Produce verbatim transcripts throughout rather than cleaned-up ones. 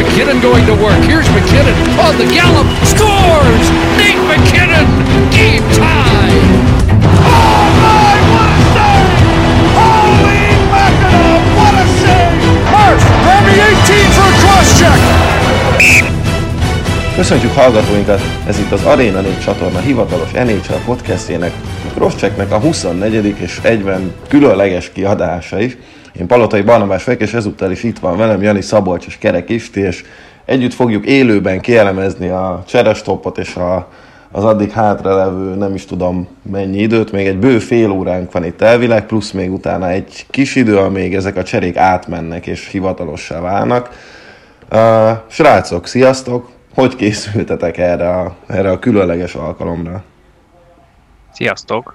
McKinnon going to work. Here's McKinnon on the gallop. Scores! Nate McKinnon! Game tie! Oh my, what a save! Holy mackerel, what a save! Murph, Remy eighteen for a cross-check! Köszöntjük hallgatóinkat! Ez itt az Arena négy csatorna hivatalos en há el podcastjének, a crosschecknek a huszonnegyedik és egyben különleges kiadása is. Én Palotai Barnabás vagyok, és ezúttal is itt van velem Jani Szabolcs és Kerek Isti, és együtt fogjuk élőben kielemezni a cserestoppot és a, az addig hátralevő nem is tudom mennyi időt, még egy bő fél óránk van itt elvileg, plusz még utána egy kis idő, amíg ezek a cserék átmennek és hivatalossá válnak. Uh, srácok, sziasztok! Hogy készültetek erre a, erre a különleges alkalomra? Sziasztok!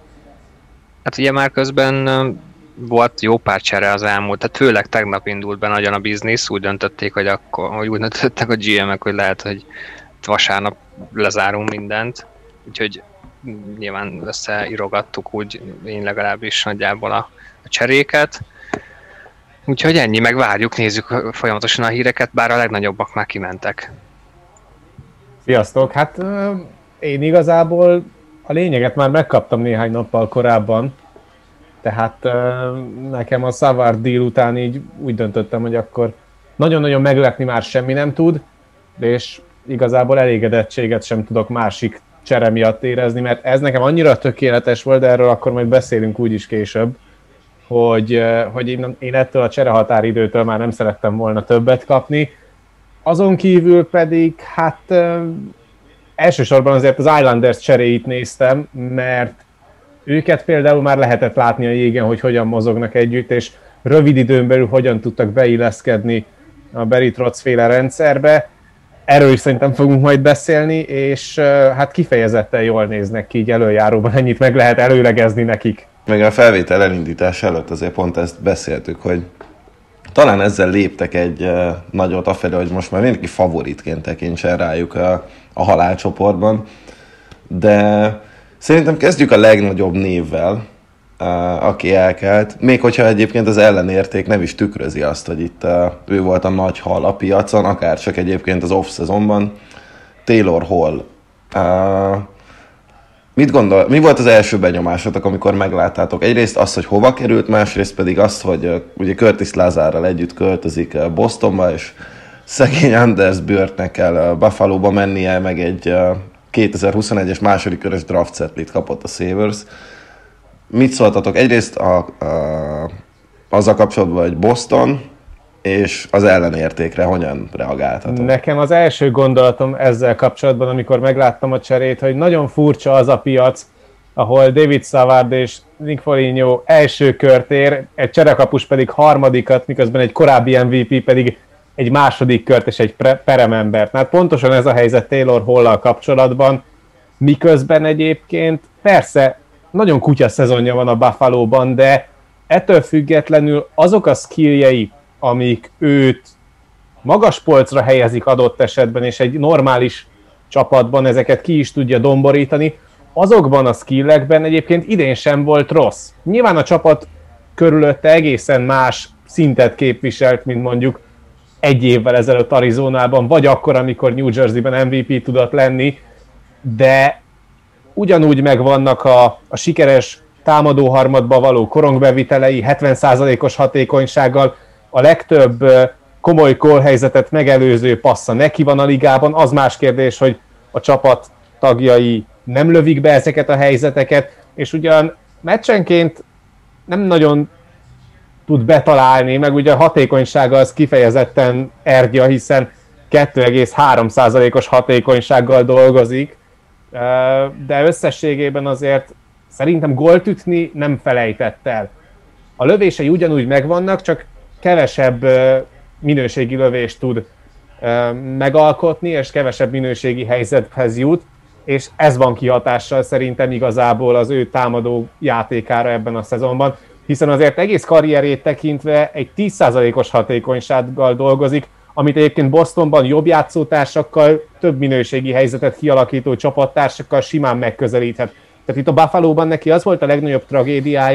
Hát ugye már közben volt jó pár csere az elmúlt, tehát főleg tegnap indult be nagyon a biznisz, úgy döntötték, hogy akkor, hogy úgy döntöttek a gé em-ek, hogy lehet, hogy vasárnap lezárunk mindent, úgyhogy nyilván összeirogattuk úgy, én legalábbis nagyjából a, a cseréket. Úgyhogy ennyi, meg várjuk, nézzük folyamatosan a híreket, bár a legnagyobbak már kimentek. Sziasztok! Hát én igazából a lényeget már megkaptam néhány nappal korábban, tehát nekem a Savard deal után így úgy döntöttem, hogy akkor nagyon-nagyon meglepni már semmi nem tud, és igazából elégedettséget sem tudok másik csere miatt érezni, mert ez nekem annyira tökéletes volt, de erről akkor majd beszélünk úgyis később, hogy, hogy én, én ettől a cserehatáridőtől már nem szerettem volna többet kapni. Azon kívül pedig, hát ö, elsősorban azért az Islanders cseréit néztem, mert őket például már lehetett látni a jégen, hogy hogyan mozognak együtt, és rövid időn belül hogyan tudtak beilleszkedni a Barry Trotz féle rendszerbe. Erről is szerintem fogunk majd beszélni, és ö, hát kifejezetten jól néznek ki így előjáróban, ennyit meg lehet előlegezni nekik. Meg a felvétel elindítás előtt azért pont ezt beszéltük, hogy talán ezzel léptek egy uh, nagyot afelé, hogy most már mindenki favoritként tekintsen rájuk a, a halálcsoportban. De szerintem kezdjük a legnagyobb névvel, uh, aki elkelt. Még hogyha egyébként az ellenérték nem is tükrözi azt, hogy itt uh, ő volt a nagy hal a piacon, akár csak egyébként az off-szezonban. Taylor Hall. Uh, Mit gondol, mi volt az első benyomásotok, amikor megláttátok? Egyrészt az, hogy hova került, másrészt pedig az, hogy uh, ugye Curtis Lazarral együtt költözik uh, Bostonba, és szegény Anders Björknek kell uh, Buffalo-ba mennie, meg egy uh, kétezer-huszonegyes második körös draft setlit kapott a Sabres. Mit szóltatok? Egyrészt a, a, azzal kapcsolatban, hogy Boston, és az ellenértékre hogyan reagáltatok? Nekem az első gondolatom ezzel kapcsolatban, amikor megláttam a cserét, hogy nagyon furcsa az a piac, ahol David Savard és Nick Foligno első kört ér, egy cserekapus pedig harmadikat, miközben egy korábbi em vé pé pedig egy második kört és egy pre- peremembert. Hát pontosan ez a helyzet Taylor Hall-lal kapcsolatban, miközben egyébként persze nagyon kutya szezonja van a Buffalo-ban, de ettől függetlenül azok a skilljei, amik őt magas polcra helyezik adott esetben, és egy normális csapatban ezeket ki is tudja domborítani, azokban a skillekben egyébként idén sem volt rossz. Nyilván a csapat körülötte egészen más szintet képviselt, mint mondjuk egy évvel ezelőtt Arizonában, vagy akkor, amikor New Jerseyben em vé pé tudott lenni, de ugyanúgy megvannak a, a sikeres támadóharmadba való korongbevitelei, hetven százalékos hatékonysággal, a legtöbb komoly gólhelyzetet megelőző passza neki van a ligában. Az más kérdés, hogy a csapat tagjai nem lövik be ezeket a helyzeteket, és ugyan meccsenként nem nagyon tud betalálni, meg ugye a hatékonysága az kifejezetten ergya, hiszen kettő egész három százalékos hatékonysággal dolgozik, de összességében azért szerintem gólt ütni nem felejtett el. A lövései ugyanúgy megvannak, csak kevesebb minőségi lövést tud megalkotni, és kevesebb minőségi helyzethez jut, és ez van kihatással szerintem igazából az ő támadó játékára ebben a szezonban, hiszen azért egész karrierét tekintve egy tíz százalékos hatékonysággal dolgozik, amit egyébként Bostonban jobb játszótársakkal, több minőségi helyzetet kialakító csapattársakkal simán megközelíthet. Tehát itt a Buffalo-ban neki az volt a legnagyobb tragédiája,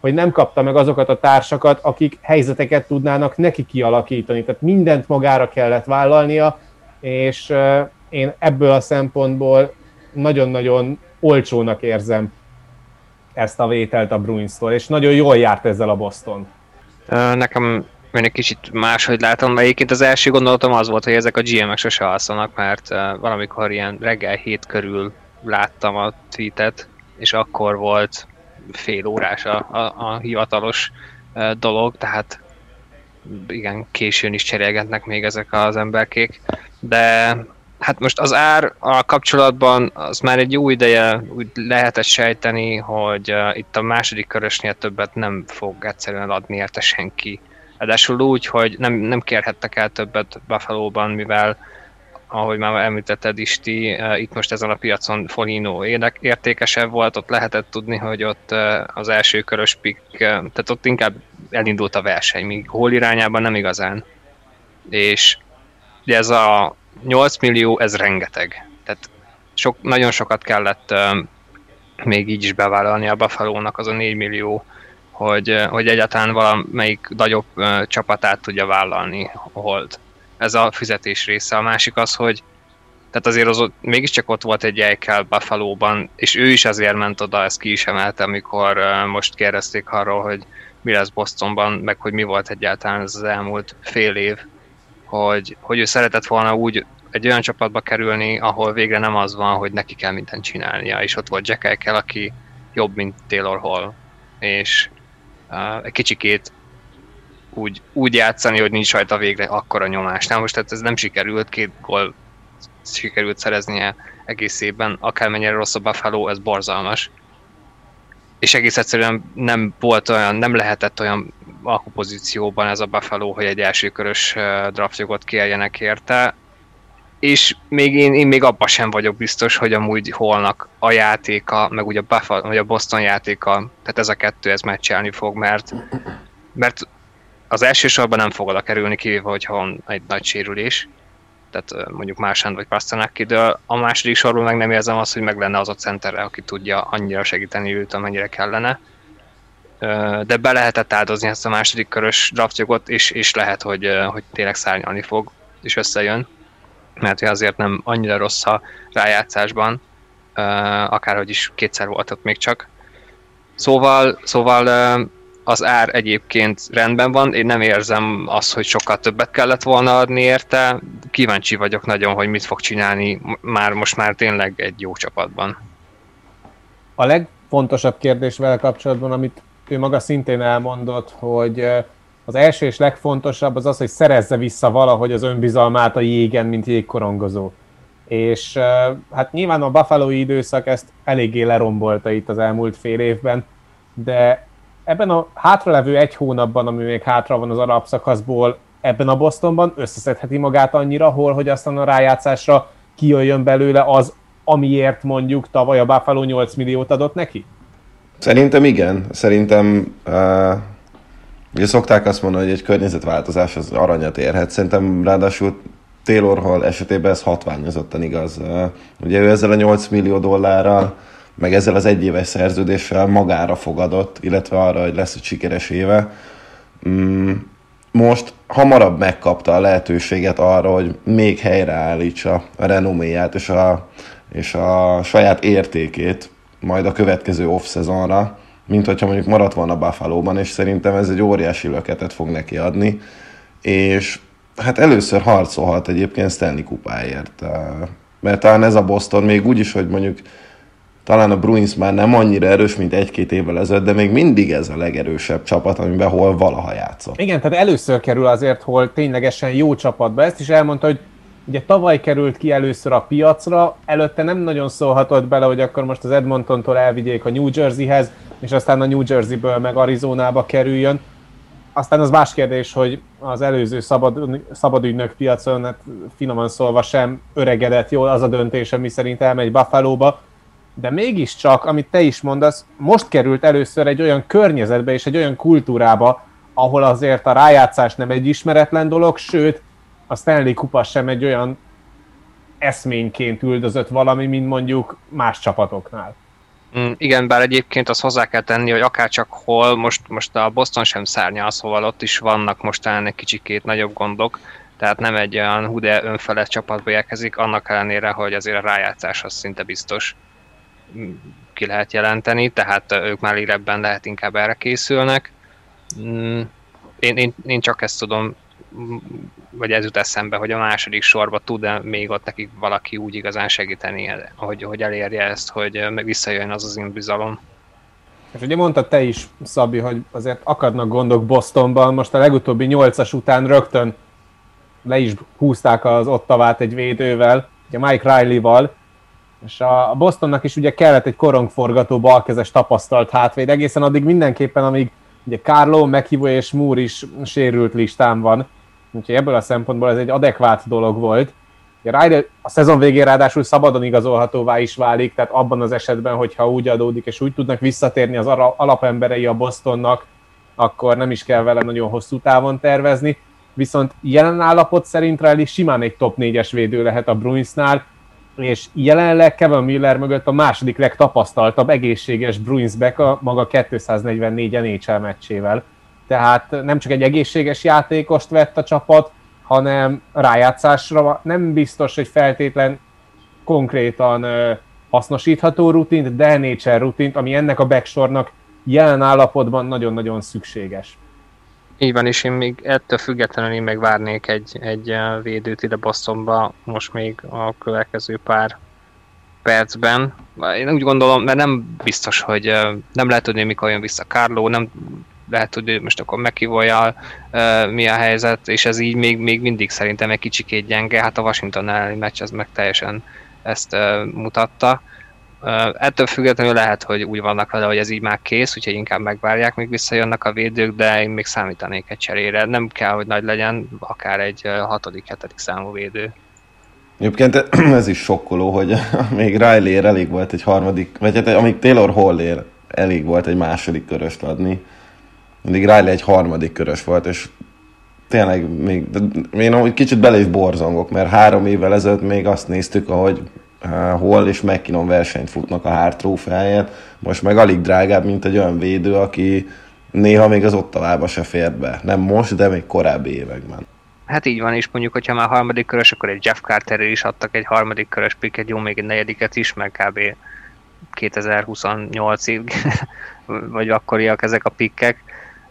hogy nem kapta meg azokat a társakat, akik helyzeteket tudnának neki kialakítani. Tehát mindent magára kellett vállalnia, és én ebből a szempontból nagyon-nagyon olcsónak érzem ezt a vételt a Bruinstól, és nagyon jól járt ezzel a Boston. Nekem én egy kicsit máshogy látom, mert egyébként az első gondolatom az volt, hogy ezek a gé em-ek sose alszanak, mert valamikor ilyen reggel hét körül láttam a tweetet, és akkor volt fél órás a, a, a hivatalos dolog, tehát igen, későn is cserélgetnek még ezek az emberkék, de hát most az ár a kapcsolatban az már egy jó ideje úgy lehetett sejteni, hogy uh, itt a második körösnél többet nem fog egyszerűen adni érte senki. Ráadásul úgy, hogy nem, nem kérhettek el többet Buffalo-ban, mivel ahogy már említetted Isti, uh, itt most ezen a piacon Foligno értékesebb volt, ott lehetett tudni, hogy ott uh, az első körös pick, uh, tehát ott inkább elindult a verseny, míg hol irányában nem igazán. És ugye ez a nyolc millió, ez rengeteg. Tehát sok, nagyon sokat kellett uh, még így is bevállalni a Buffalo-nak az a négy millió, hogy, uh, hogy egyáltalán valamelyik nagyobb uh, csapatát tudja vállalni Holt. Ez a fizetés része. A másik az, hogy tehát azért az ott, mégiscsak ott volt egy Eichel Buffalo-ban, és ő is azért ment oda, ezt ki is emelte, amikor uh, most kérdezték arról, hogy mi lesz Bostonban, meg hogy mi volt egyáltalán ez az elmúlt fél év, hogy, hogy ő szeretett volna úgy egy olyan csapatba kerülni, ahol végre nem az van, hogy neki kell mindent csinálnia, és ott volt Jack Eichel, aki jobb, mint Taylor Hall, és uh, egy kicsikét úgy, úgy játszani, hogy nincs rajta végre akkora nyomás. Na most tehát ez nem sikerült, két gól sikerült szereznie egész évben, akármennyire rossz a Buffalo, ez borzalmas. És egész egyszerűen nem volt olyan, nem lehetett olyan alkupozícióban ez a Buffalo, hogy egy elsőkörös draftjogot kérjenek érte. És még én, én még abban sem vagyok biztos, hogy amúgy Hallnak a játéka, meg ugye a, Buffalo, vagy a Boston játéka, tehát ez a kettő ez meccselni fog, mert, mert az első sorban nem fog oda kerülni, kivéve, hogyha van egy nagy sérülés, tehát mondjuk Marchand vagy Pastrnak kidől. A második sorban meg nem érzem azt, hogy meg lenne az a centerre, aki tudja annyira segíteni őt, amennyire kellene. De be lehetett áldozni ezt a második körös draftjogot, és, és lehet, hogy, hogy tényleg szárnyalni fog, és összejön. Mert azért nem annyira rossz a rájátszásban, akárhogy is kétszer volt ott még csak. Szóval, szóval az ár egyébként rendben van, én nem érzem azt, hogy sokkal többet kellett volna adni érte. Kíváncsi vagyok nagyon, hogy mit fog csinálni már most már tényleg egy jó csapatban. A legfontosabb kérdés vele kapcsolatban, amit ő maga szintén elmondott, hogy az első és legfontosabb az az, hogy szerezze vissza valahogy az önbizalmát a jégen, mint jégkorongozó. És hát nyilván a buffalói időszak ezt eléggé lerombolta itt az elmúlt fél évben, de ebben a hátralevő egy hónapban, ami még hátra van az alapszakaszból, ebben a Bostonban összeszedheti magát annyira, hol, hogy aztán a rájátszásra kijöjjön belőle az, amiért mondjuk tavaly a Buffalo nyolc milliót adott neki? Szerintem igen. Szerintem uh, ugye szokták azt mondani, hogy egy környezetváltozás az aranyat érhet. Szerintem ráadásul Taylor Hall esetében ez hatványozottan igaz. Uh, ugye ő ezzel a nyolc millió dollárral, meg ezzel az egyéves szerződéssel magára fogadott, illetve arra, hogy lesz egy sikeres éve. Mm, most hamarabb megkapta a lehetőséget arra, hogy még helyreállítsa a renoméját és a, és a saját értékét majd a következő off-szezonra, mint hogyha mondjuk maradt volna Buffalo-ban, és szerintem ez egy óriási löketet fog neki adni, és hát először harcolhat egyébként Stanley kupáért, mert talán ez a Boston még úgy is, hogy mondjuk talán a Bruins már nem annyira erős, mint egy-két évvel ezelőtt, de még mindig ez a legerősebb csapat, amiben Hall valaha játszott. Igen, tehát először kerül azért Hall ténylegesen jó csapatba. Ezt is elmondta, hogy ugye tavaly került ki először a piacra, előtte nem nagyon szólhatott bele, hogy akkor most az Edmontontól elvigyék a New Jerseyhez, és aztán a New Jerseyből meg Arizonába kerüljön. Aztán az más kérdés, hogy az előző szabad, szabadügynök piacon, hát finoman szólva sem öregedett jól az a döntés, ami szerint elmegy Buffalóba, de mégiscsak, amit te is mondasz, most került először egy olyan környezetbe és egy olyan kultúrába, ahol azért a rájátszás nem egy ismeretlen dolog, sőt, a Stanley kupa sem egy olyan eszményként üldözött valami, mint mondjuk más csapatoknál. Mm, igen, bár egyébként azt hozzá kell tenni, hogy akárcsak hol, most, most a Boston sem szárnyal, szóval ott is vannak most talán egy kicsikét nagyobb gondok, tehát nem egy olyan hú de önfelett csapatba érkezik, annak ellenére, hogy azért a rájátszás az szinte biztos ki lehet jelenteni, tehát ők már élebben lehet inkább erre készülnek. Mm, én, én, én csak ezt tudom, vagy ez jut eszembe, hogy a második sorba tud-e még ott nekik valaki úgy igazán segíteni, hogy, hogy elérje ezt, hogy visszajön az az önbizalom. És ugye mondtad te is, Szabi, hogy azért akadnak gondok Bostonban, most a legutóbbi nyolcas után rögtön le is húzták az Ottawát egy védővel, ugye Mike Riley-val, és a Bostonnak is ugye kellett egy korongforgató balkezes tapasztalt hátvéd, egészen addig mindenképpen, amíg ugye Carlo, McEvoy és Moore is sérült listán van, úgyhogy ebből a szempontból ez egy adekvát dolog volt. Riley a szezon végén ráadásul szabadon igazolhatóvá is válik, tehát abban az esetben, hogyha úgy adódik, és úgy tudnak visszatérni az alapemberei a Bostonnak, akkor nem is kell vele nagyon hosszú távon tervezni. Viszont jelen állapot szerint Riley simán egy top négyes védő lehet a Bruinsnál, és jelenleg Kevin Miller mögött a második legtapasztaltabb egészséges Bruins back a maga kétszáznegyvennégy en há el meccsével. Tehát nem csak egy egészséges játékost vett a csapat, hanem rájátszásra nem biztos, hogy feltétlen konkrétan hasznosítható rutint, de en há el rutint, ami ennek a backsornak jelen állapotban nagyon-nagyon szükséges. Így van, és én még ettől függetlenül én meg várnék egy, egy védőt ide Bostonba most még a következő pár percben. Én úgy gondolom, mert nem biztos, hogy nem lehet tudni, mikor jön vissza Carlo, nem lehet tudni, most akkor McEvoy-jal uh, mi a helyzet, és ez így még, még mindig szerintem egy kicsikét gyenge, hát a Washington elleni meccs ez meg teljesen ezt uh, mutatta. Uh, ettől függetlenül lehet, hogy úgy vannak vele, hogy ez így már kész, úgyhogy inkább megvárják, még visszajönnek a védők, de én még számítanék egy cserére. Nem kell, hogy nagy legyen, akár egy uh, hatodik, hetedik számú védő. Egyébként ez is sokkoló, hogy még Riley-ér elég volt egy harmadik, vagy hát amíg Taylor Hall-ér elég volt egy második köröst adni. Mindig Riley egy harmadik körös volt, és tényleg még, én úgy kicsit bele is borzongok, mert három évvel ezelőtt még azt néztük, ahogy Hall és McKinnon versenyt futnak a Hart trófeáját, most meg alig drágább, mint egy olyan védő, aki néha még az Ottavába se fért be. Nem most, de még korábbi években. Hát így van, és mondjuk, hogyha már harmadik körös, akkor egy Jeff Carterre is adtak egy harmadik körös picket, jó, még egy negyediket is, meg kb. kétezer-huszonnyolcig, vagy akkoriak ezek a pikkek.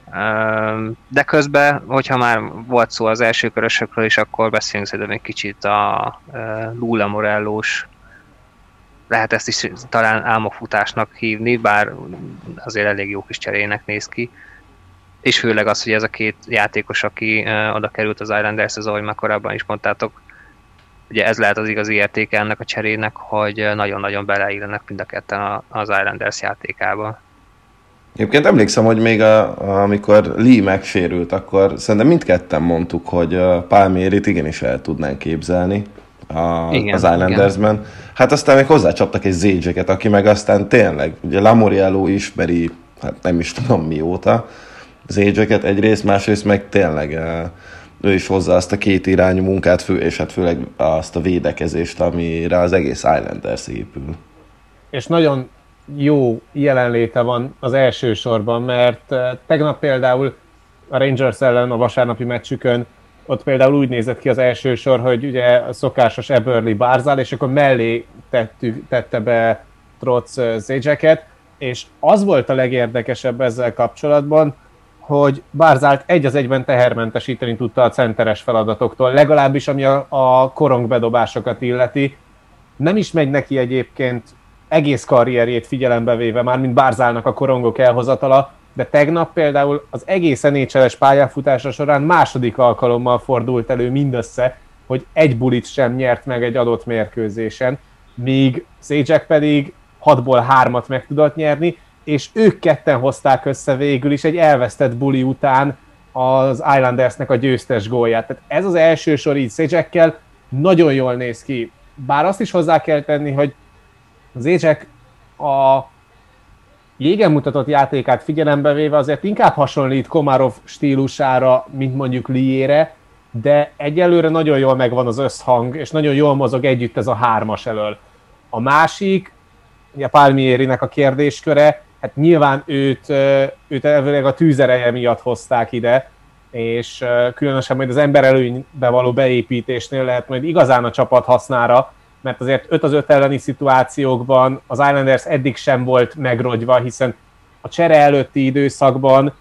De közben, hogyha már volt szó az első körösökről is, akkor beszéljünk szerintem egy kicsit a Lula Morellós, lehet ezt is talán álmokfutásnak hívni, bár azért elég jó kis cserének néz ki. És főleg az, hogy ez a két játékos, aki oda került az Islandershez, ahogy már korábban is mondtátok, ugye ez lehet az igazi értéke ennek a cserének, hogy nagyon-nagyon beleillenek mind a ketten az Islanders játékába. Egyébként emlékszem, hogy még a, a, amikor Lee megsérült, akkor szerintem mindketten mondtuk, hogy Palmierit igenis el tudnánk képzelni a, igen, az Islandersben. Igen. Hát aztán még hozzácsaptak egy Zajac-et, aki meg aztán tényleg, ugye Lamoriello ismeri, hát nem is tudom mióta, Zajac-et egyrészt, másrészt meg tényleg ő is hozza azt a két irányú munkát, fő, és hát főleg azt a védekezést, amire az egész Islanders épül. És nagyon jó jelenléte van az első sorban, mert tegnap például a Rangers ellen a vasárnapi meccsükön ott például úgy nézett ki az első sor, hogy ugye a szokásos Eberle Barzal, és akkor mellé tettük, tette be Trotz Zajac-et, és az volt a legérdekesebb ezzel kapcsolatban, hogy Barzált egy az egyben tehermentesíteni tudta a centeres feladatoktól, legalábbis ami a, a korongbedobásokat illeti. Nem is megy neki egyébként egész karrierjét figyelembe véve, már mint Barzálnak a korongok elhozatala, de tegnap például az egész en há el-es pályafutása során második alkalommal fordult elő mindössze, hogy egy bulit sem nyert meg egy adott mérkőzésen, míg Zajac pedig hatból hármat meg tudott nyerni, és ők ketten hozták össze végül is egy elvesztett buli után az Islandersnek a győztes gólját. Tehát ez az első sor így Zajac-kel nagyon jól néz ki. Bár azt is hozzá kell tenni, hogy Zajac a jégen mutatott játékát figyelembe véve azért inkább hasonlít Komarov stílusára, mint mondjuk Lee-ére, de egyelőre nagyon jól megvan az összhang, és nagyon jól mozog együtt ez a hármas elől. A másik, ugye Palmierinek a kérdésköre, hát nyilván őt, őt elvileg a tűzereje miatt hozták ide, és különösen majd az emberelőnybe való beépítésnél lehet majd igazán a csapat hasznára, mert azért öt az öt elleni szituációkban az Islanders eddig sem volt megrogyva, hiszen a csere előtti időszakban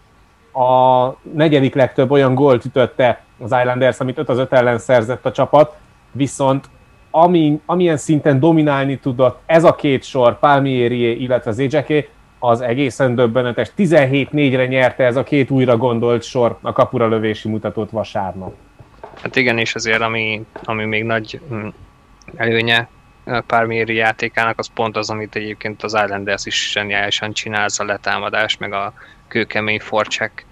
a negyedik legtöbb olyan gólt ütötte az Islanders, amit öt az öt ellen szerzett a csapat, viszont ami, amilyen szinten dominálni tudott ez a két sor, Palmierié, illetve Zajac, az egészen döbbenetes. tizenhét négyre nyerte ez a két újra gondolt sor a kapura lövési mutatót vasárnap. Hát igen, és azért ami, ami még nagy előnye Palmieri játékának, az pont az, amit egyébként az Islanders is zseniálisan csinál, a letámadás, meg a kőkemény forecheck.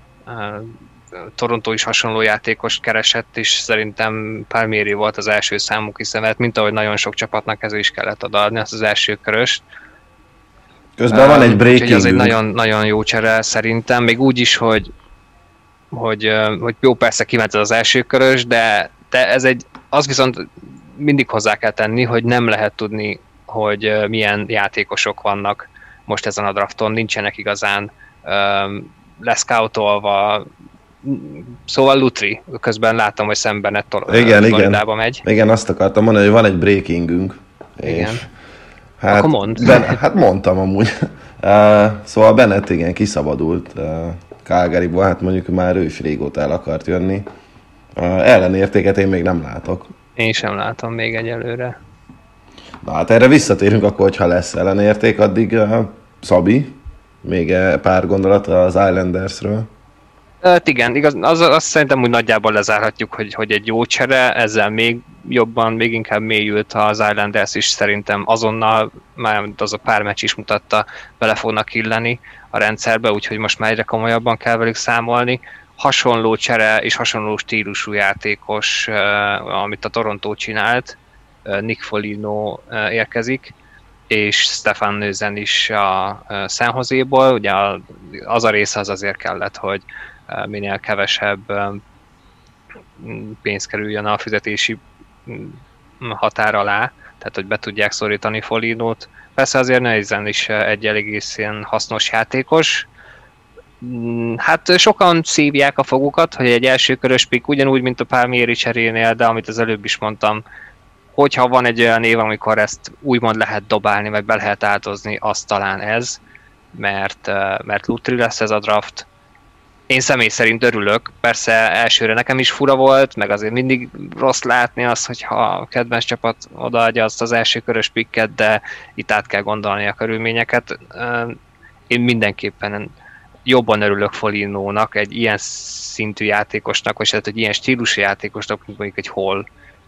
Toronto is hasonló játékost keresett, és szerintem Palmieri volt az első számuk, hiszen mint ahogy nagyon sok csapatnak ez is kellett odaadni, azt az első köröst. Közben van egy breaking. Úgyhogy az egy nagyon, nagyon jó csere szerintem, még úgy is, hogy, hogy, hogy jó, persze kiment az első körös, de, de ez egy, az viszont mindig hozzá kell tenni, hogy nem lehet tudni, hogy milyen játékosok vannak most ezen a drafton, nincsenek igazán um, leszkáutolva. Szóval Lutri, közben látom, hogy szemben egy tol- igen, igen. megy. Igen, azt akartam mondani, hogy van egy breakingünk. Igen. És hát, akkor mondd. Ben, hát mondtam amúgy. Uh, szóval Bennett igen, kiszabadult uh, Calgaryból, hát mondjuk már ő is régóta el akart jönni. Uh, ellenértéket én még nem látok. Én sem látom még egyelőre. Na hát erre visszatérünk akkor, hogyha lesz ellenérték, addig uh, Szabi, még pár gondolatra az Islandersről. Hát igen, igaz, az, azt szerintem úgy nagyjából lezárhatjuk, hogy, hogy egy jó csere, ezzel még jobban, még inkább mélyült az Islanders is, szerintem azonnal, már az a pár meccs is mutatta, bele fognak illeni a rendszerbe, úgyhogy most már egyre komolyabban kell velük számolni. Hasonló csere és hasonló stílusú játékos, amit a Toronto csinált, Nick Foligno érkezik, és Stefan Nőzen is a San Joséból, ugye az a része az azért kellett, hogy minél kevesebb pénz kerüljön a fizetési határ alá, tehát hogy be tudják szorítani Foligno-t. Persze azért Nőzen is egy elég ilyen hasznos játékos. Hát sokan szívják a fogukat, hogy egy első körös pick, ugyanúgy, mint a Palmieri cserénél, de amit az előbb is mondtam, hogyha van egy olyan év, amikor ezt úgymond lehet dobálni, meg be lehet áldozni, az talán ez, mert, mert Lutri lesz ez a draft. Én személy szerint örülök, persze elsőre nekem is fura volt, meg azért mindig rossz látni azt, hogyha a kedvenc csapat odaadja azt az első körös picket, de itt át kell gondolni a körülményeket. Én mindenképpen jobban örülök Foligno-nak, egy ilyen szintű játékosnak, vagy hát egy ilyen stílusú játékosnak, mint mondjuk egy Hall.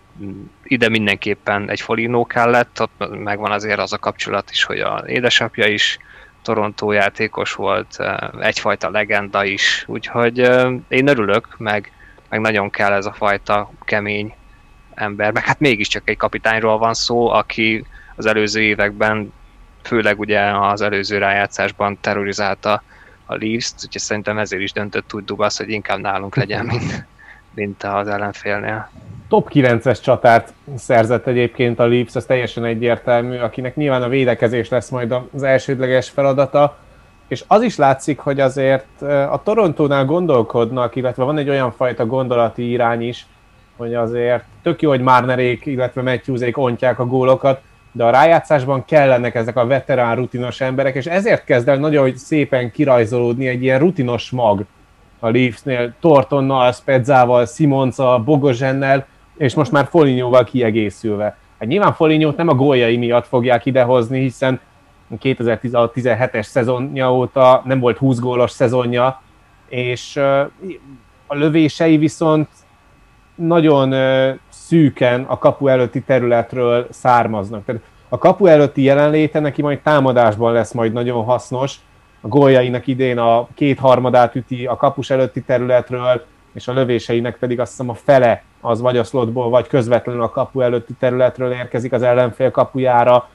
Ide mindenképpen egy Foligno kellett, ott megvan azért az a kapcsolat is, hogy az édesapja is Toronto játékos volt, egyfajta legenda is, úgyhogy én örülök, meg, meg nagyon kell ez a fajta kemény ember, meg hát mégiscsak egy kapitányról van szó, aki az előző években, főleg ugye az előző rájátszásban terrorizálta a Leafs-t, úgyhogy szerintem ezért is döntött úgy Dubas, hogy inkább nálunk legyen, mint, mint az ellenfélnél. Top kilences csatárt szerzett egyébként a Leafs, ez teljesen egyértelmű, akinek nyilván a védekezés lesz majd az elsődleges feladata, és az is látszik, hogy azért a Torontónál gondolkodnak, illetve van egy olyan fajta gondolati irány is, hogy azért tök jó, hogy Marnerék, illetve Matthewsék ontják a gólokat, de a rájátszásban kellenek ezek a veterán rutinos emberek, és ezért kezd el nagyon szépen kirajzolódni egy ilyen rutinos mag a Leafsnél, Thorntonnal, Spezzával, Simonsa, Bogozsennel, és most már Foligno-val kiegészülve. Hát nyilván Foligno-t nem a góljai miatt fogják idehozni, hiszen kétezer-tizenhat tizenhetes szezonja óta nem volt húsz gólos szezonja, és a lövései viszont nagyon szűken a kapu előtti területről származnak. Tehát a kapu előtti jelenléte neki majd támadásban lesz majd nagyon hasznos. A góljainak idén a kétharmadát üti a kapus előtti területről, és a lövéseinek pedig azt hiszem a fele az vagy a slotból, vagy közvetlenül a kapu előtti területről érkezik az ellenfél kapujára.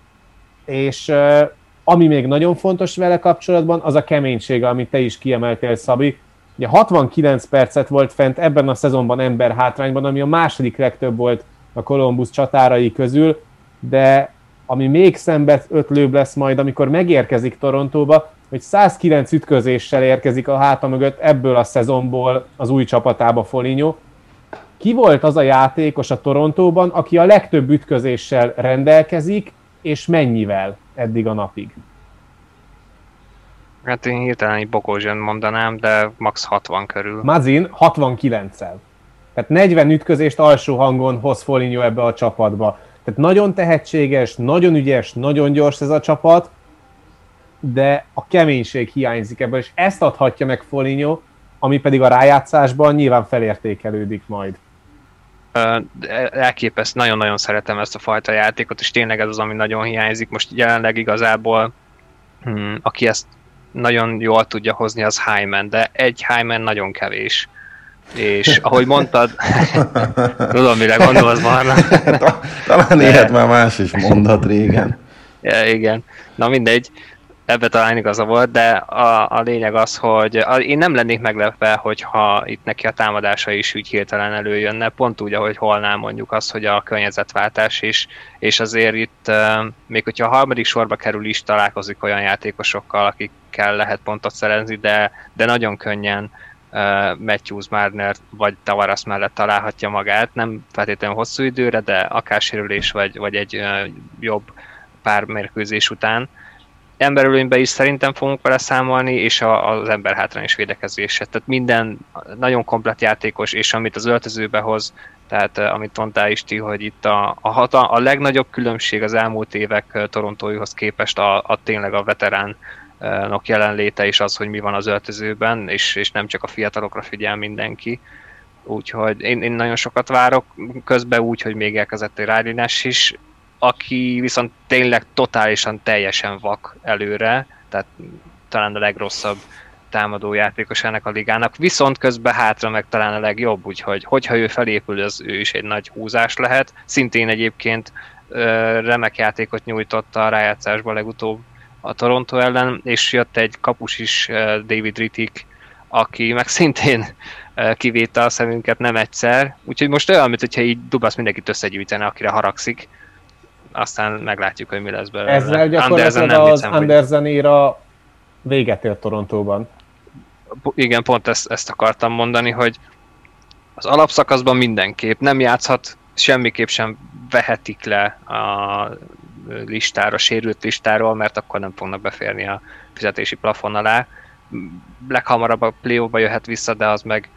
És ami még nagyon fontos vele kapcsolatban, az a keménysége, amit te is kiemeltél, Szabi. Ugye hatvankilenc percet volt fent ebben a szezonban ember hátrányban, ami a második legtöbb volt a Columbus csatárai közül, de ami még szembeötlőbb lesz majd, amikor megérkezik Torontóba, hogy száz kilenc ütközéssel érkezik a háta mögött ebből a szezonból az új csapatába Foligno. Ki volt az a játékos a Torontóban, aki a legtöbb ütközéssel rendelkezik, és mennyivel eddig a napig? Hát én hirtelen így Bogosian mondanám, de max. hatvan körül. Mazin hatvankilenccel. Tehát negyven ütközést alsó hangon hoz Foligno ebbe a csapatba. Tehát nagyon tehetséges, nagyon ügyes, nagyon gyors ez a csapat, de a keménység hiányzik ebből, és ezt adhatja meg Foligno, ami pedig a rájátszásban nyilván felértékelődik majd. Elképesztő, nagyon-nagyon szeretem ezt a fajta játékot, és tényleg ez az, ami nagyon hiányzik. Most jelenleg igazából, hmm, aki ezt nagyon jól tudja hozni, az Hyman, de egy Hyman nagyon kevés. És ahogy mondtad, tudom, mire gondolsz, Barna. Talán éhet már más is mondhat régen. Ja, igen, na mindegy, ebbe talán igaza volt, de a, a lényeg az, hogy a, én nem lennék meglepve, hogyha itt neki a támadása is úgy hirtelen előjönne, pont úgy, ahogy holnál mondjuk az, hogy a környezetváltás is, és azért itt, még hogyha a harmadik sorba kerül is, találkozik olyan játékosokkal, akikkel lehet pontot szerezni, de, de nagyon könnyen Matthews, Marner vagy Tavares mellett találhatja magát, nem feltétlenül hosszú időre, de akár sérülés vagy, vagy egy jobb pár mérkőzés után. Emberölőnyben is szerintem fogunk vele számolni, és a, az ember hátrányos védekezése. Tehát minden nagyon komplett játékos, és amit az öltözőbe hoz, tehát amit mondtál is ti, hogy itt a, a, hata, a legnagyobb különbség az elmúlt évek Torontóihoz képest a, a tényleg a veteránok jelenléte, és az, hogy mi van az öltözőben, és, és nem csak a fiatalokra figyel mindenki. Úgyhogy én, én nagyon sokat várok, közben úgy, hogy még elkezdett egy Riley Nash is, aki viszont tényleg totálisan, teljesen vak előre, tehát talán a legrosszabb támadó játékos ennek a ligának, viszont közben hátra meg talán a legjobb, úgyhogy hogyha ő felépül, az ő is egy nagy húzás lehet. Szintén egyébként remek játékot nyújtott a rájátszásban legutóbb a Toronto ellen, és jött egy kapus is, David Rittick, aki meg szintén kivétte a szemünket nem egyszer, úgyhogy most olyan, mintha így Dubas mindenkit összegyűjtene, akire haragszik, aztán meglátjuk, hogy mi lesz belőle. Ezzel gyakorlatilag az hiszem, Andersen éra véget ért Torontóban. Igen, pont ezt, ezt akartam mondani, hogy az alapszakaszban mindenképp nem játszhat, semmiképp sem vehetik le a listára, sérült listáról, mert akkor nem fognak beférni a fizetési plafon alá. Leghamarabb a play-offba jöhet vissza, de az meg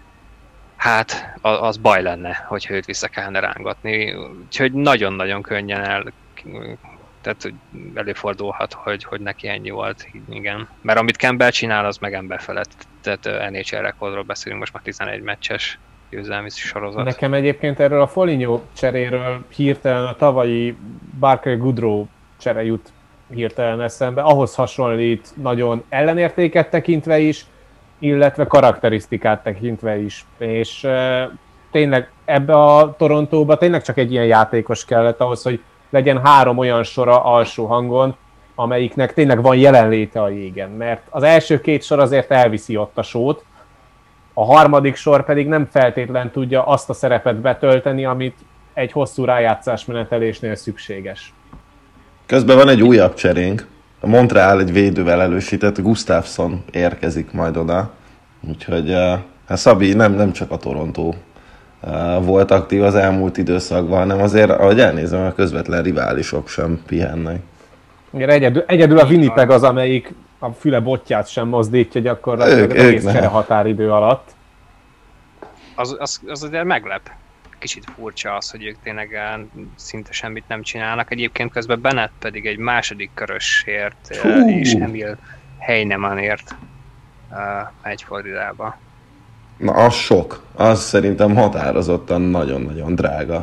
hát az baj lenne, hogyha őt vissza kellene rángatni. Úgyhogy nagyon-nagyon könnyen el, tehát előfordulhat, hogy, hogy neki ennyi volt, igen. Mert amit Campbell csinál, az meg ember felett. Tehát en há el rekordról beszélünk, most már tizenegy meccses győzelmi sorozat. Nekem egyébként erről a Foligno cseréről hirtelen a tavalyi Barclay Goodrow csere jut hirtelen eszembe. Ahhoz hasonlít nagyon ellenértéket tekintve is, illetve karakterisztikát tekintve is. És e, tényleg ebbe a Torontóba tényleg csak egy ilyen játékos kellett ahhoz, hogy legyen három olyan sora alsó hangon, amelyiknek tényleg van jelenléte a jégen. Mert az első két sor azért elviszi ott a sót, a harmadik sor pedig nem feltétlen tudja azt a szerepet betölteni, amit egy hosszú rájátszás menetelésnél szükséges. Közben van egy újabb cserénk. A Montreal egy védővel elősített, Gustafsson érkezik majd oda. Úgyhogy hát Szabi nem, nem csak a Toronto volt aktív az elmúlt időszakban, hanem azért, ahogy elnézem, a közvetlen riválisok sem pihennek. Igen, egyedül, egyedül a Winnipeg az, amelyik a füle botját sem mozdítja gyakorlatilag az egész csere határidő alatt. Az, az, az azért meglep. Kicsit furcsa az, hogy ők tényleg szinte semmit nem csinálnak. Egyébként közben Bennett pedig egy második körösért Hú. és Emil Heinemanért megy Floridába. Na, az sok. Az szerintem határozottan nagyon-nagyon drága.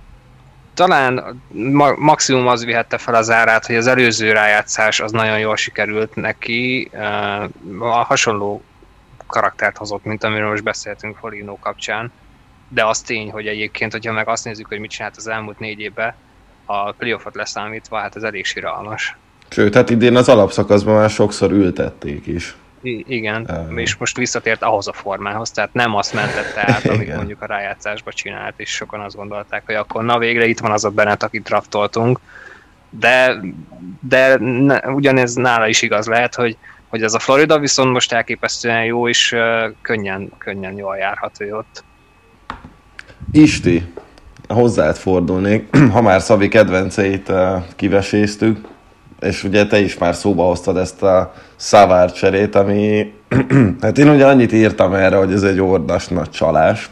Talán ma- maximum az vihette fel az árát, hogy az előző rájátszás az nagyon jól sikerült neki. A hasonló karaktert hozott, mint amiről most beszéltünk Foligno kapcsán. De az tény, hogy egyébként, hogyha meg azt nézzük, hogy mit csinált az elmúlt négy évben, a playoffot leszámítva, hát ez elég siralmas. Sőt, hát idén az alapszakaszban már sokszor ültették is. I- igen, um. és most visszatért ahhoz a formához, tehát nem azt mentette át, amit mondjuk a rájátszásban csinált, és sokan azt gondolták, hogy akkor na végre itt van az a Bennett, akit draftoltunk. de, de ne, ugyanez nála is igaz lehet, hogy, hogy ez a Florida viszont most elképesztően jó, és uh, könnyen, könnyen jól járhat ő ott. Isti, hozzád fordulnék, ha már Szabi kedvenceit uh, kiveséztük, és ugye te is már szóba hoztad ezt a Savard cserét, ami, hát én ugye annyit írtam erre, hogy ez egy ordas nagy csalás.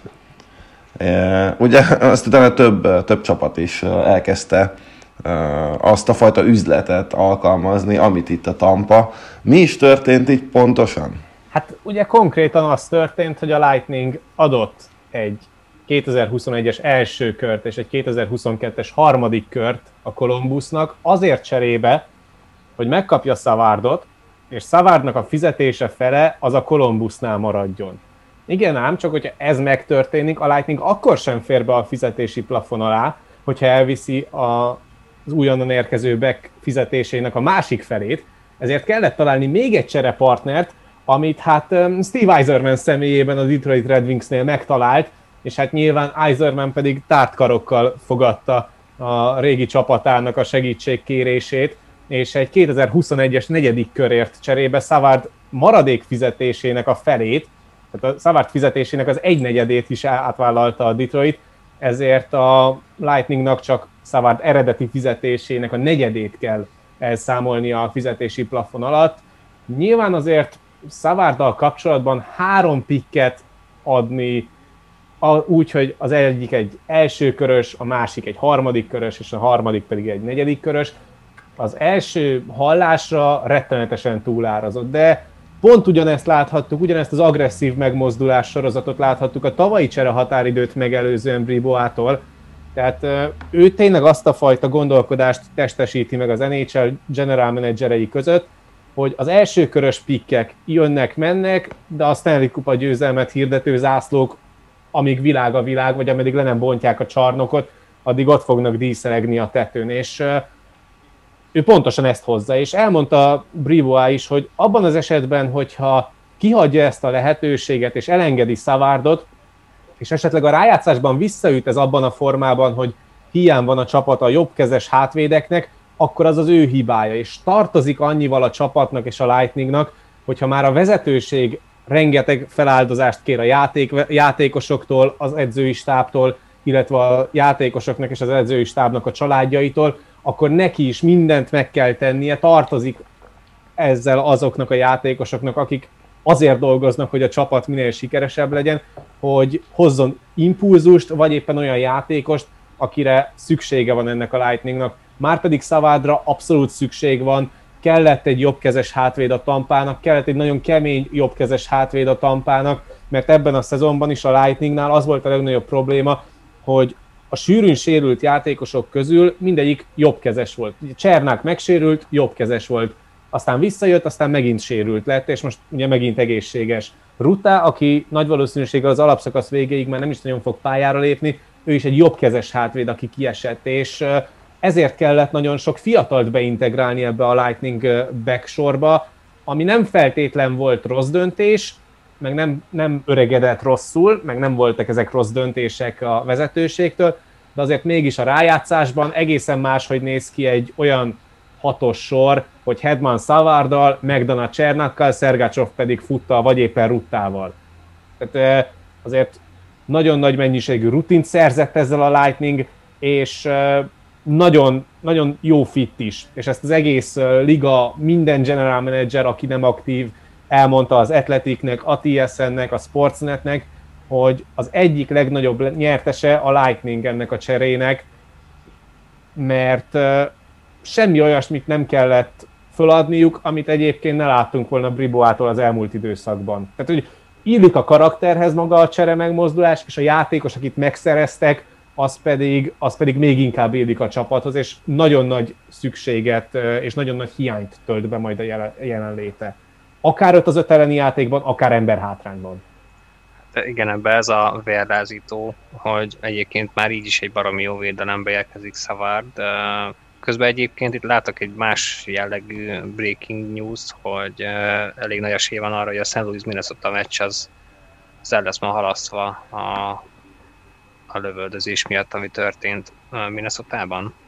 E, ugye azt utána több, több csapat is elkezdte azt a fajta üzletet alkalmazni, amit itt a Tampa. Mi is történt így pontosan? Hát ugye konkrétan az történt, hogy a Lightning adott egy kétezer-huszonegyes első kört és egy kétezer-huszonkettes harmadik kört a Columbusnak azért cserébe, hogy megkapja Savardot, és Savardnak a fizetése fele az a Columbusnál maradjon. Igen ám, csak hogyha ez megtörténik, a Lightning akkor sem fér be a fizetési plafon alá, hogyha elviszi a, az újonnan érkező back fizetésének a másik felét, ezért kellett találni még egy cserepartnert, amit hát um, Steve Yzerman személyében a Detroit Red Wingsnél megtalált, és hát nyilván Yzerman pedig tártkarokkal fogadta a régi csapatának a segítségkérését, és egy kétezer-huszonegyes negyedik körért cserébe Savard maradék fizetésének a felét, tehát a Savard fizetésének az egynegyedét is átvállalta a Detroit, ezért a Lightningnak csak Savard eredeti fizetésének a negyedét kell elszámolni a fizetési plafon alatt. Nyilván azért Savarddal kapcsolatban három pikket adni, úgy, hogy az egyik egy első körös, a másik egy harmadik körös, és a harmadik pedig egy negyedik körös, az első hallásra rettenetesen túlárazott, de pont ugyanezt láthattuk, ugyanezt az agresszív megmozdulás sorozatot láthattuk a tavalyi csere határidőt megelőzően Briboától. Tehát ő tényleg azt a fajta gondolkodást testesíti meg az en há el general managerei között, hogy az első körös pikkek jönnek-mennek, de a Stanley Kupa győzelmet hirdető zászlók, amíg világ a világ, vagy ameddig le nem bontják a csarnokot, addig ott fognak díszelegni a tetőn, és ő pontosan ezt hozza, és elmondta Bribois is, hogy abban az esetben, hogyha kihagyja ezt a lehetőséget, és elengedi Savardot, és esetleg a rájátszásban visszaüt ez abban a formában, hogy hiány van a csapat a jobbkezes hátvédeknek, akkor az az ő hibája, és tartozik annyival a csapatnak és a Lightningnak, hogyha már a vezetőség rengeteg feláldozást kér a játék, játékosoktól, az edzői stábtól, illetve a játékosoknak és az edzői stábnak a családjaitól, akkor neki is mindent meg kell tennie, tartozik ezzel azoknak a játékosoknak, akik azért dolgoznak, hogy a csapat minél sikeresebb legyen, hogy hozzon impulzust, vagy éppen olyan játékost, akire szüksége van ennek a Lightningnak. Márpedig Savardra abszolút szükség van, kellett egy jobbkezes hátvéd a Tampának, kellett egy nagyon kemény jobbkezes hátvéd a Tampának, mert ebben a szezonban is a Lightningnál az volt a legnagyobb probléma, hogy a sűrűn sérült játékosok közül mindegyik jobbkezes volt. Csernák megsérült, jobbkezes volt. Aztán visszajött, aztán megint sérült lett, és most ugye megint egészséges. Rutta, aki nagy valószínűséggel az alapszakasz végéig már nem is nagyon fog pályára lépni, ő is egy jobbkezes hátvéd, aki kiesett, és ezért kellett nagyon sok fiatalt beintegrálni ebbe a Lightning backsorba, ami nem feltétlen volt rossz döntés, meg nem, nem öregedett rosszul, meg nem voltak ezek rossz döntések a vezetőségtől, de azért mégis a rájátszásban egészen máshogy néz ki egy olyan hatos sor, hogy Hedman Savarddal, McDonough Csernakkal, Sergachev pedig Futtal, vagy éppen Ruttával. Tehát azért nagyon nagy mennyiségű rutint szerzett ezzel a Lightning, és nagyon, nagyon jó fit is. És ezt az egész liga, minden general manager, aki nem aktív, elmondta az Athleticnek, a té es en-nek, a Sportsnetnek, hogy az egyik legnagyobb nyertese a Lightning ennek a cserének, mert semmi olyasmit nem kellett föladniuk, amit egyébként ne láttunk volna Briboától az elmúlt időszakban. Tehát, hogy illik a karakterhez maga a csere megmozdulás, és a játékos, akit megszereztek, az pedig, az pedig még inkább illik a csapathoz, és nagyon nagy szükséget, és nagyon nagy hiányt tölt be majd a jelenléte. Akár öt az öt elleni játékban, akár emberhátrányban. Igen, ebben ez a vérlázító, hogy egyébként már így is egy baromi jó védelembe érkezik Savard. Közben egyébként itt látok egy más jellegű breaking news, hogy elég nagy esély van arra, hogy a Saint Louis Minnesota meccs az, az el lesz ma halasztva a, a lövöldözés miatt, ami történt Minnesotában.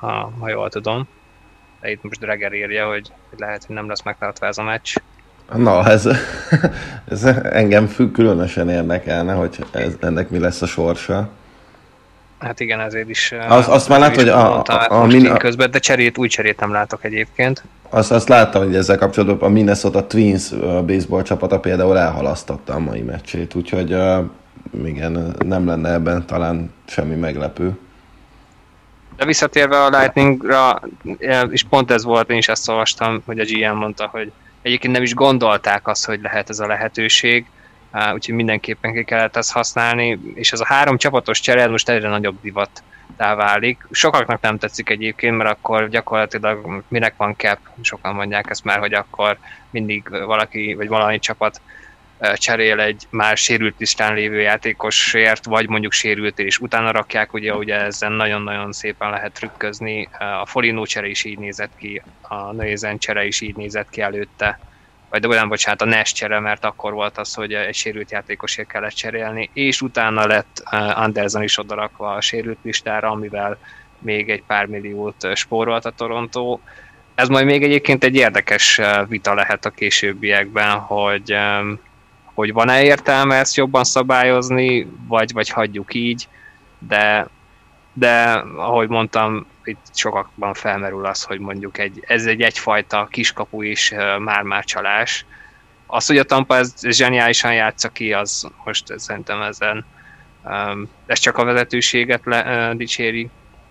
ha, ha jól tudom. De itt most Dreger írja, hogy lehet, hogy nem lesz megtartva ez a meccs. Na, ez, ez engem függ, különösen érdekelne, hogy ez, ennek mi lesz a sorsa. Hát igen, ezért is... Az, azt már látod, hogy a... a, a, a min- közben, de cserét, új cserét nem látok egyébként. Azt, azt láttam, hogy ezzel kapcsolatban a Minnesota Twins baseball csapata például elhalasztotta a mai meccsét, úgyhogy uh, igen, nem lenne ebben talán semmi meglepő. De visszatérve a Lightningra, és pont ez volt, én is ezt olvastam, hogy a gé em mondta, hogy egyébként nem is gondolták azt, hogy lehet ez a lehetőség, úgyhogy mindenképpen ki kellett ezt használni, és ez a három csapatos csere most egyre nagyobb divattá válik. Sokaknak nem tetszik egyébként, mert akkor gyakorlatilag minek van cap, sokan mondják ezt már, hogy akkor mindig valaki, vagy valami csapat cserél egy már sérült listán lévő játékosért, vagy mondjuk sérült és utána rakják, ugye, ugye ezen nagyon-nagyon szépen lehet trükközni. A Foligno csere is így nézett ki, a Neuzen csere is így nézett ki előtte, vagy de olyan, bocsánat, a Nash csere, mert akkor volt az, hogy egy sérült játékosért kellett cserélni, és utána lett Anderson is odarakva a sérült listára, amivel még egy pár milliót spórolt a Toronto. Ez majd még egyébként egy érdekes vita lehet a későbbiekben, hogy hogy van-e értelme ezt jobban szabályozni, vagy, vagy hagyjuk így, de, de ahogy mondtam, itt sokakban felmerül az, hogy mondjuk egy, ez egy egyfajta kiskapu is már-már csalás. Az, hogy a Tampa ez, ez zseniálisan játsza ki, az most szerintem ezen ez csak a vezetőséget le, dicséri.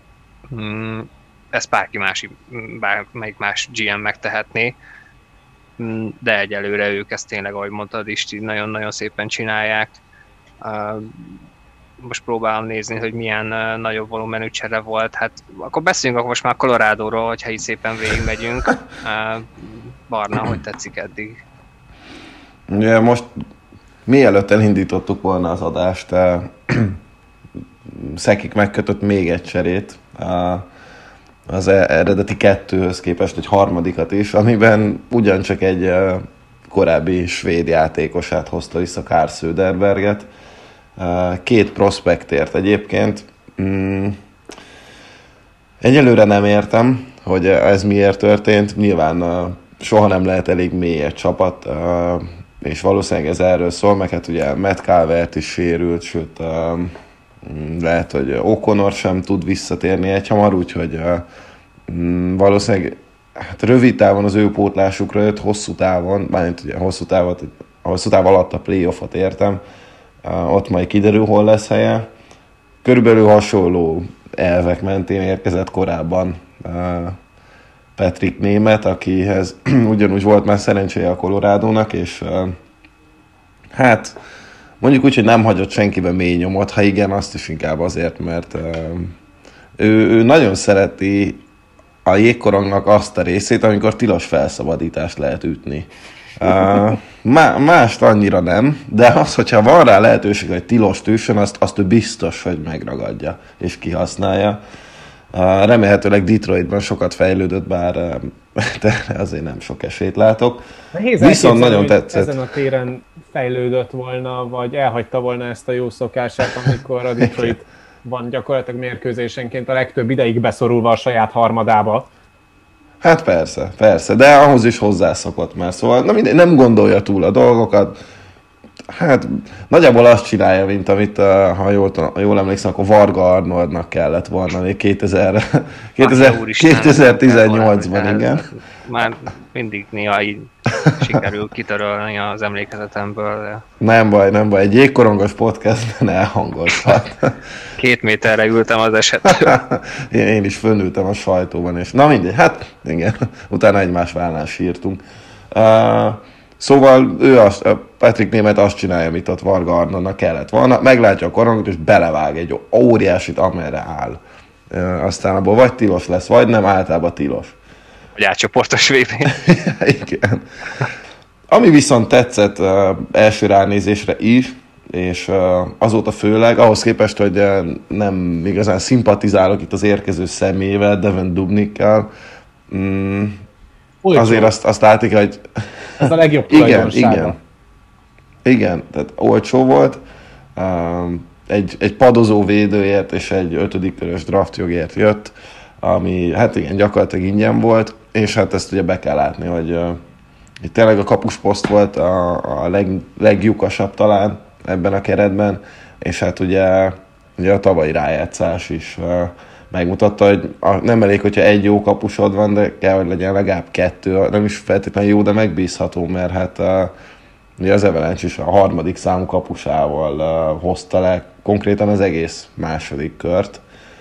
Ezt bárki más, bármelyik más gé em megtehetné, de egyelőre ők ezt tényleg, ahogy mondtad is, nagyon-nagyon szépen csinálják. Most próbálom nézni, hogy milyen nagyobb volumenű csere volt. Hát akkor beszéljünk akkor most már Colorado-ról, hogyha így szépen végigmegyünk. Barna, hogy tetszik eddig? Ja, most mielőtt elindítottuk volna az adást, Szekik megkötött még egy cserét. Az eredeti kettőhöz képest egy harmadikat is, amiben ugyancsak egy uh, korábbi svéd játékosát hozta vissza, Carl Söderberget. Uh, két prospektért egyébként. Mm. Egyelőre nem értem, hogy ez miért történt. Nyilván uh, soha nem lehet elég mély egy csapat, uh, és valószínűleg ez erről szól, meg hát ugye Matt Calvert is sérült, sőt uh, lehet, hogy O'Connor sem tud visszatérni egyhamar, úgyhogy uh, valószínűleg hát rövid távon az ő pótlásukra jött, hosszú távon, mármint ugye hosszú távot, hosszú táv alatt a playoffot értem, uh, ott majd kiderül, hol lesz helye. Körülbelül hasonló elvek mentén érkezett korábban uh, Patrick Német, akihez ugyanúgy volt már szerencséje a Colorado-nak, és uh, hát mondjuk úgy, hogy nem hagyott senkiben mély nyomot, ha igen, azt is inkább azért, mert uh, ő, ő nagyon szereti a jégkorongnak azt a részét, amikor tilos felszabadítást lehet ütni. Uh, má, mást annyira nem, de az, hogyha van rá lehetőség, hogy tilost üssön, azt, azt ő biztos, hogy megragadja és kihasználja. Uh, remélhetőleg Detroitban sokat fejlődött, bár uh, azért nem sok esélyt látok. Nehéz Viszont nagyon tetszett. Ezen a téren fejlődött volna, vagy elhagyta volna ezt a jó szokását, amikor a Detroit van gyakorlatilag mérkőzésenként a legtöbb ideig beszorulva a saját harmadába. Hát persze, persze, de ahhoz is hozzászokott már, szóval na mindegy, nem gondolja túl a dolgokat. Hát nagyjából azt csinálja, mint amit, ha jól, jól emlékszem, akkor Varga Arnoldnak kellett volna még kétezer, kétezer-tizennyolcban, igen. Már mindig néha így sikerül kitörölni az emlékezetemből. De... Nem baj, nem baj, egy jégkorongos podcastben elhangozhat. Két méterre ültem az esetről. én, én is fölnültem a sajtóban, és na mindegy, hát igen, utána egymás vállán sírtunk. Uh, Szóval ő azt, Patrick Német azt csinálja, amit ott Varga Arnoldnak kellett volna, meglátja a korongot, és belevág egy óriásit, amerre áll. Aztán abból vagy tilos lesz, vagy nem, általában tilos. Vagy átcsoportos vé bé. Igen. Ami viszont tetszett uh, első ránézésre is, és uh, azóta főleg, ahhoz képest, hogy uh, nem igazán szimpatizálok itt az érkező személyével, Devin Dubnykkal, um, azért azt, azt látjuk, hogy... Ez a legjobb igen, igen. Igen, tehát olcsó volt. Um, egy, egy padozó védőért és egy ötödik körös draftjogért jött. ami hát igen, gyakorlatilag ingyen volt, és hát ezt ugye be kell látni, hogy uh, itt tényleg a kapusposzt volt a, a leg, leglyukasabb talán ebben a keretben, és hát ugye, ugye a tavalyi rájátszás is uh, megmutatta, hogy a, nem elég, hogyha egy jó kapusod van, de kell, hogy legyen legalább kettő, nem is feltétlenül jó, de megbízható, mert hát uh, ugye az Avalanche is a harmadik számú kapusával uh, hozta le konkrétan az egész második kört.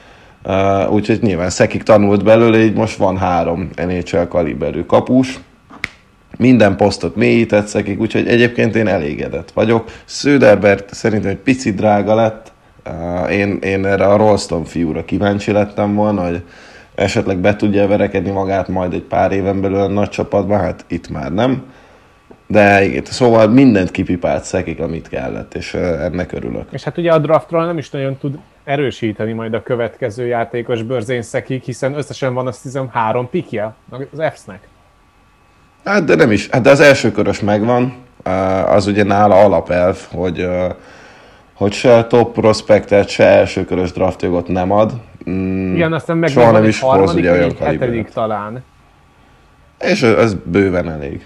Uh, úgyhogy nyilván Szekik tanult belőle, így most van három en há el kaliberű kapus. Minden posztot mélyített Szekik, úgyhogy egyébként én elégedett vagyok. Söderberg szerintem egy picit drága lett. Uh, én, én erre a Rolston fiúra kíváncsi lettem volna, hogy esetleg be tudja verekedni magát majd egy pár éven belül a nagy csapatban, hát itt már nem. De igen, szóval mindent kipipált Szekik, amit kellett, és ennek örülök. És hát ugye a draftról nem is nagyon tud erősíteni majd a következő játékos Börzén Szekik, hiszen összesen van azt hiszem három pikje az Efsznek. Hát de nem is, hát de az első körös megvan, az ugye nála alapelv, hogy, hogy se top prospektet, se első körös draftjogot nem ad. Igen, aztán meg soha nem egy is harmadik, hoz ugye olyan hetedik talán. És ez bőven elég.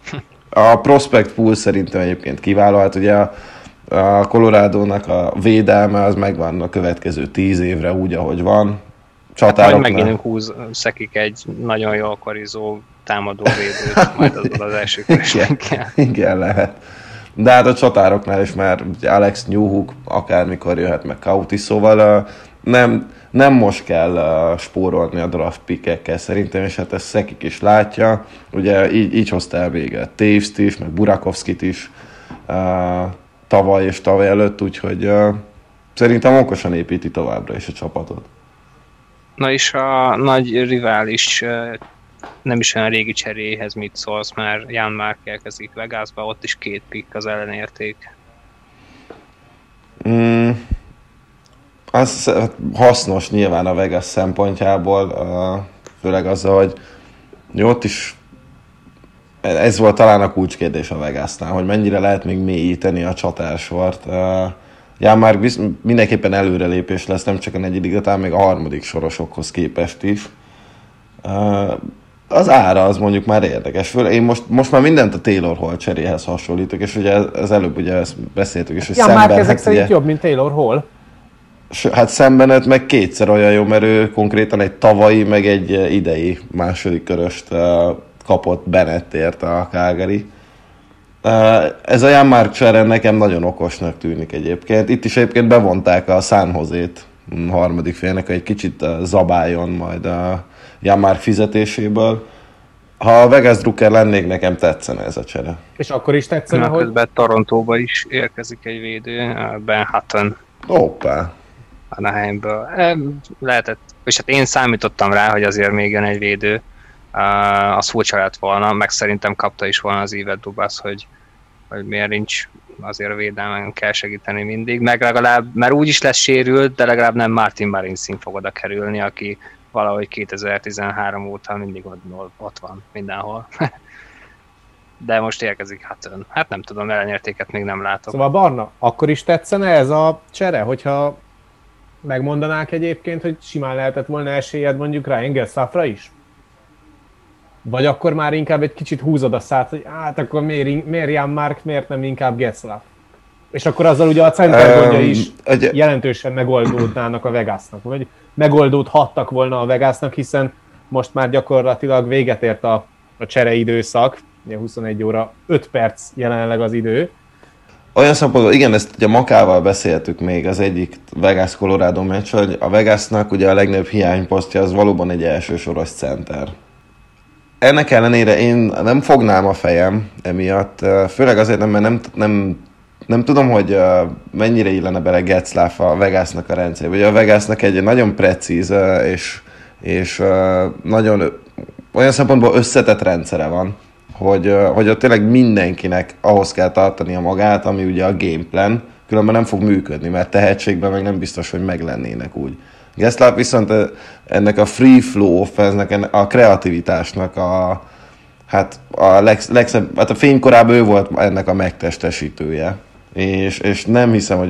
A prospect pool szerintem egyébként kiváló, hát ugye a, a Colorado-nak a védelme az megvan a következő tíz évre úgy, ahogy van. Csatároknál... Hát majd megint húz Szekik egy nagyon jól karizó támadó védőt, majd azon az első körösben kell. Igen, lehet. De hát a csatároknál is már Alex Newhook akármikor jöhet meg Kauti, szóval uh, nem, nem most kell uh, spórolni a draft pickekkel szerintem, és hát ezt Szekik is látja. Ugye így, így hozta el véget Taves-t is, meg Burakovskit is uh, tavaly és tavaly előtt, úgyhogy uh, szerintem okosan építi továbbra is a csapatot. Na és a nagy rivális nem is olyan régi cseréhez mit szólsz, mert Jan Mark elkezdik Vegasba, ott is két pick az ellenérték. Mm, az hasznos nyilván a Vegas szempontjából, főleg azzal, hogy jó, ott is ez volt talán a kulcskérdés a Vegasnál, hogy mennyire lehet még mélyíteni a csatársort. Jan Mark mindenképpen előrelépés lesz, nem csak a negyedik, de talán még a harmadik sorosokhoz képest is. Az ára az mondjuk már érdekes. Én most, most már mindent a Taylor Hall cseréhez hasonlítok, és ugye az előbb ugye ezt beszéltük is, hogy Jan Mark ezek hát szerint ugye, jobb, mint Taylor Hall. Hát szembenet meg kétszer olyan jó, mert ő konkrétan egy tavalyi, meg egy idei második köröst kapott Bennettért a Calgary. Ez a Jan Mark csere nekem nagyon okosnak tűnik egyébként. Itt is egyébként bevonták a San Josét harmadik félnek, hogy egy kicsit zabáljon majd a Jan Mark fizetéséből. Ha a Vegas Drucker lennék, nekem tetszene ez a csere. És akkor is tetszene, Na, hogy... Közben Torontóba is érkezik egy védő, Ben Hutton. Hoppá! Anaheimből. Lehetett, és hát én számítottam rá, hogy azért még jön egy védő. Uh, az furcsa lett volna, meg szerintem kapta is volna az ívet Dubas, hogy, hogy miért nincs, azért a védelmen kell segíteni mindig, meg legalább, mert úgy is lesz sérült, de legalább nem Martin Marinszín fog oda kerülni, aki valahogy kétezer-tizenhárom óta mindig ott, ott van mindenhol. De most érkezik Hutton. Hát nem tudom, ellenértéket még nem látok. Szóval Barna, akkor is tetszene ez a csere, hogyha megmondanák egyébként, hogy simán lehetett volna esélyed mondjuk Ryan Getzlafra is? Vagy akkor már inkább egy kicsit húzod a szát, hogy hát akkor miért, miért Jan Mark, miért nem inkább Getzlaf? És akkor azzal ugye a center gondja is um, jelentősen megoldódnának a Vegasnak, vagy megoldódhattak volna a Vegasnak, hiszen most már gyakorlatilag véget ért a, a csereidőszak, ugye huszonegy óra öt perc jelenleg az idő. Olyan szempontból, igen, ezt ugye Makával beszéltük még az egyik Vegas-Colorado meccs, hogy a Vegasnak ugye a legnagyobb hiányposztja az valóban egy elsősoros center. Ennek ellenére én nem fognám a fejem emiatt, főleg azért nem, mert nem, nem, nem tudom, hogy mennyire illene bele Getzlaf a Vegasnak a rendszerbe. Ugye a Vegasnak egy nagyon precíz és, és nagyon olyan szempontból összetett rendszere van, hogy, hogy ott tényleg mindenkinek ahhoz kell tartania magát, ami ugye a gameplan, különben nem fog működni, mert tehetségben meg nem biztos, hogy meglennének úgy. Getzlaf viszont ennek a free flow offense-nek, a kreativitásnak a, hát a, leg, legszebb, hát a fénykorában ő volt ennek a megtestesítője. És, és nem hiszem, hogy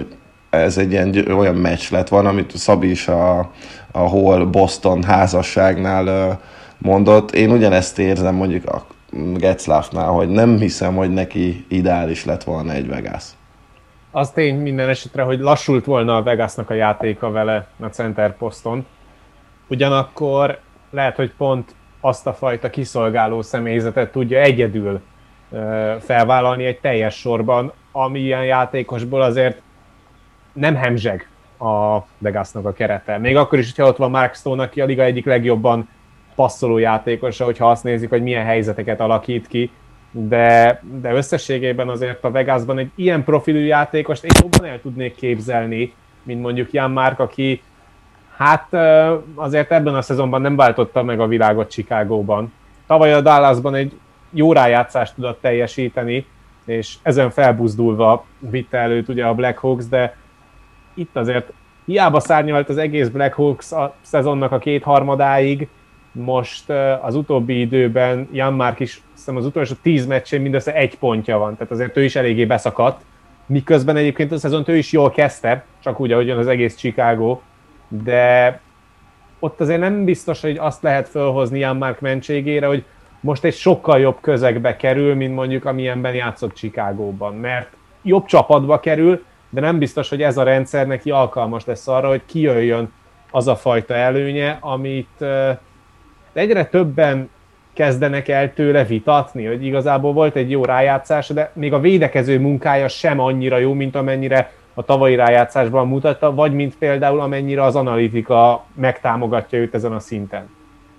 ez egy ilyen olyan meccs lett van, amit Szabi is a, a Hall Boston házasságnál mondott. Én ugyanezt érzem mondjuk a Getzlaffnál, hogy nem hiszem, hogy neki ideális lett volna egy Vegas. Az tény minden esetre, hogy lassult volna a Vegasnak a játéka vele a center poszton. Ugyanakkor lehet, hogy pont azt a fajta kiszolgáló személyzetet tudja egyedül felvállalni egy teljes sorban, ami ilyen játékosból azért nem hemzseg a Vegasnak a kerete. Még akkor is, hogyha ott van Mark Stone, aki a liga egyik legjobban passzoló játékosa, hogyha azt nézik, hogy milyen helyzeteket alakít ki, de, de összességében azért a Vegasban egy ilyen profilű játékost én jobban el tudnék képzelni, mint mondjuk Jan Mark, aki hát azért ebben a szezonban nem váltotta meg a világot Chicagóban. Tavaly a Dallasban egy jó rájátszást tudott teljesíteni, és ezen felbuzdulva vitte előtt ugye a Blackhawks, de itt azért hiába szárnyalt az egész Blackhawks a szezonnak a kétharmadáig, most az utóbbi időben Jan Mark is, hiszem az utolsó tíz meccsén mindössze egy pontja van, tehát azért ő is eléggé beszakadt, miközben egyébként a szezont ő is jól kezdte, csak úgy, ahogyan az egész Chicago, de ott azért nem biztos, hogy azt lehet felhozni Jan Mark mentségére, hogy most egy sokkal jobb közegbe kerül, mint mondjuk amilyenben játszott Chicagóban, mert jobb csapatba kerül, de nem biztos, hogy ez a rendszer neki alkalmas lesz arra, hogy kijöjjön az a fajta előnye, amit egyre többen kezdenek el tőle vitatni, hogy igazából volt egy jó rájátszása, de még a védekező munkája sem annyira jó, mint amennyire a tavalyi rájátszásban mutatta, vagy mint például amennyire az analitika megtámogatja őt ezen a szinten.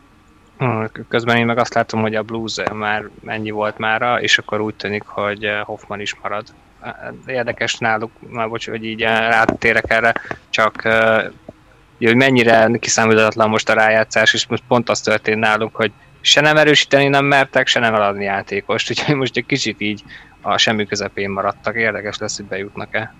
Közben én meg azt látom, hogy a Blues már ennyi volt mára, és akkor úgy tűnik, hogy Hoffman is marad. Érdekes náluk, már bocs, hogy így rátérek erre, csak hogy mennyire kiszámíthatatlan most a rájátszás, és most pont az történt nálunk, hogy se nem erősíteni nem mertek, se nem eladni játékost, úgyhogy most egy kicsit így a semmi közepén maradtak. Érdekes lesz, hogy bejutnak-e.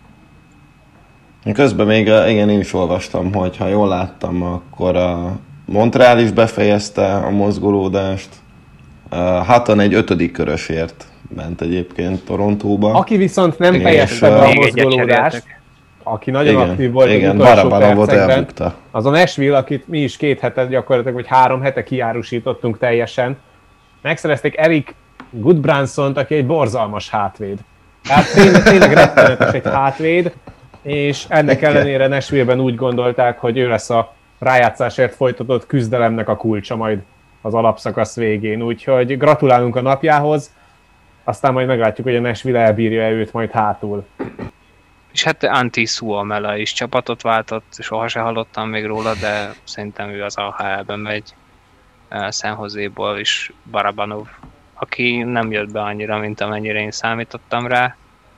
Közben még, igen, én is olvastam, hogy ha jól láttam, akkor a Montreal is befejezte a mozgolódást. Hatan egy ötödik körösért ment egyébként Torontóba. Aki viszont nem fejezte be a mozgolódást, aki nagyon igen, aktív volt igen, az utolsó percekben, az a Nashville, akit mi is két hetet gyakorlatilag, vagy három hete kiárusítottunk teljesen. Megszerezték Eric Goodbransont, aki egy borzalmas hátvéd. Tehát tényleg, tényleg rettenetes egy hátvéd, és ennek ellenére Nashville-ben úgy gondolták, hogy ő lesz a rájátszásért folytatott küzdelemnek a kulcsa majd az alapszakasz végén. Úgyhogy gratulálunk a napjához, aztán majd meglátjuk, hogy a Nashville elbírja őt majd hátul. És hát Antti Suomela is csapatot váltott, soha se hallottam még róla, de szerintem ő az á há el-ben megy. San Joséból is Barabanov, aki nem jött be annyira, mint amennyire én számítottam rá.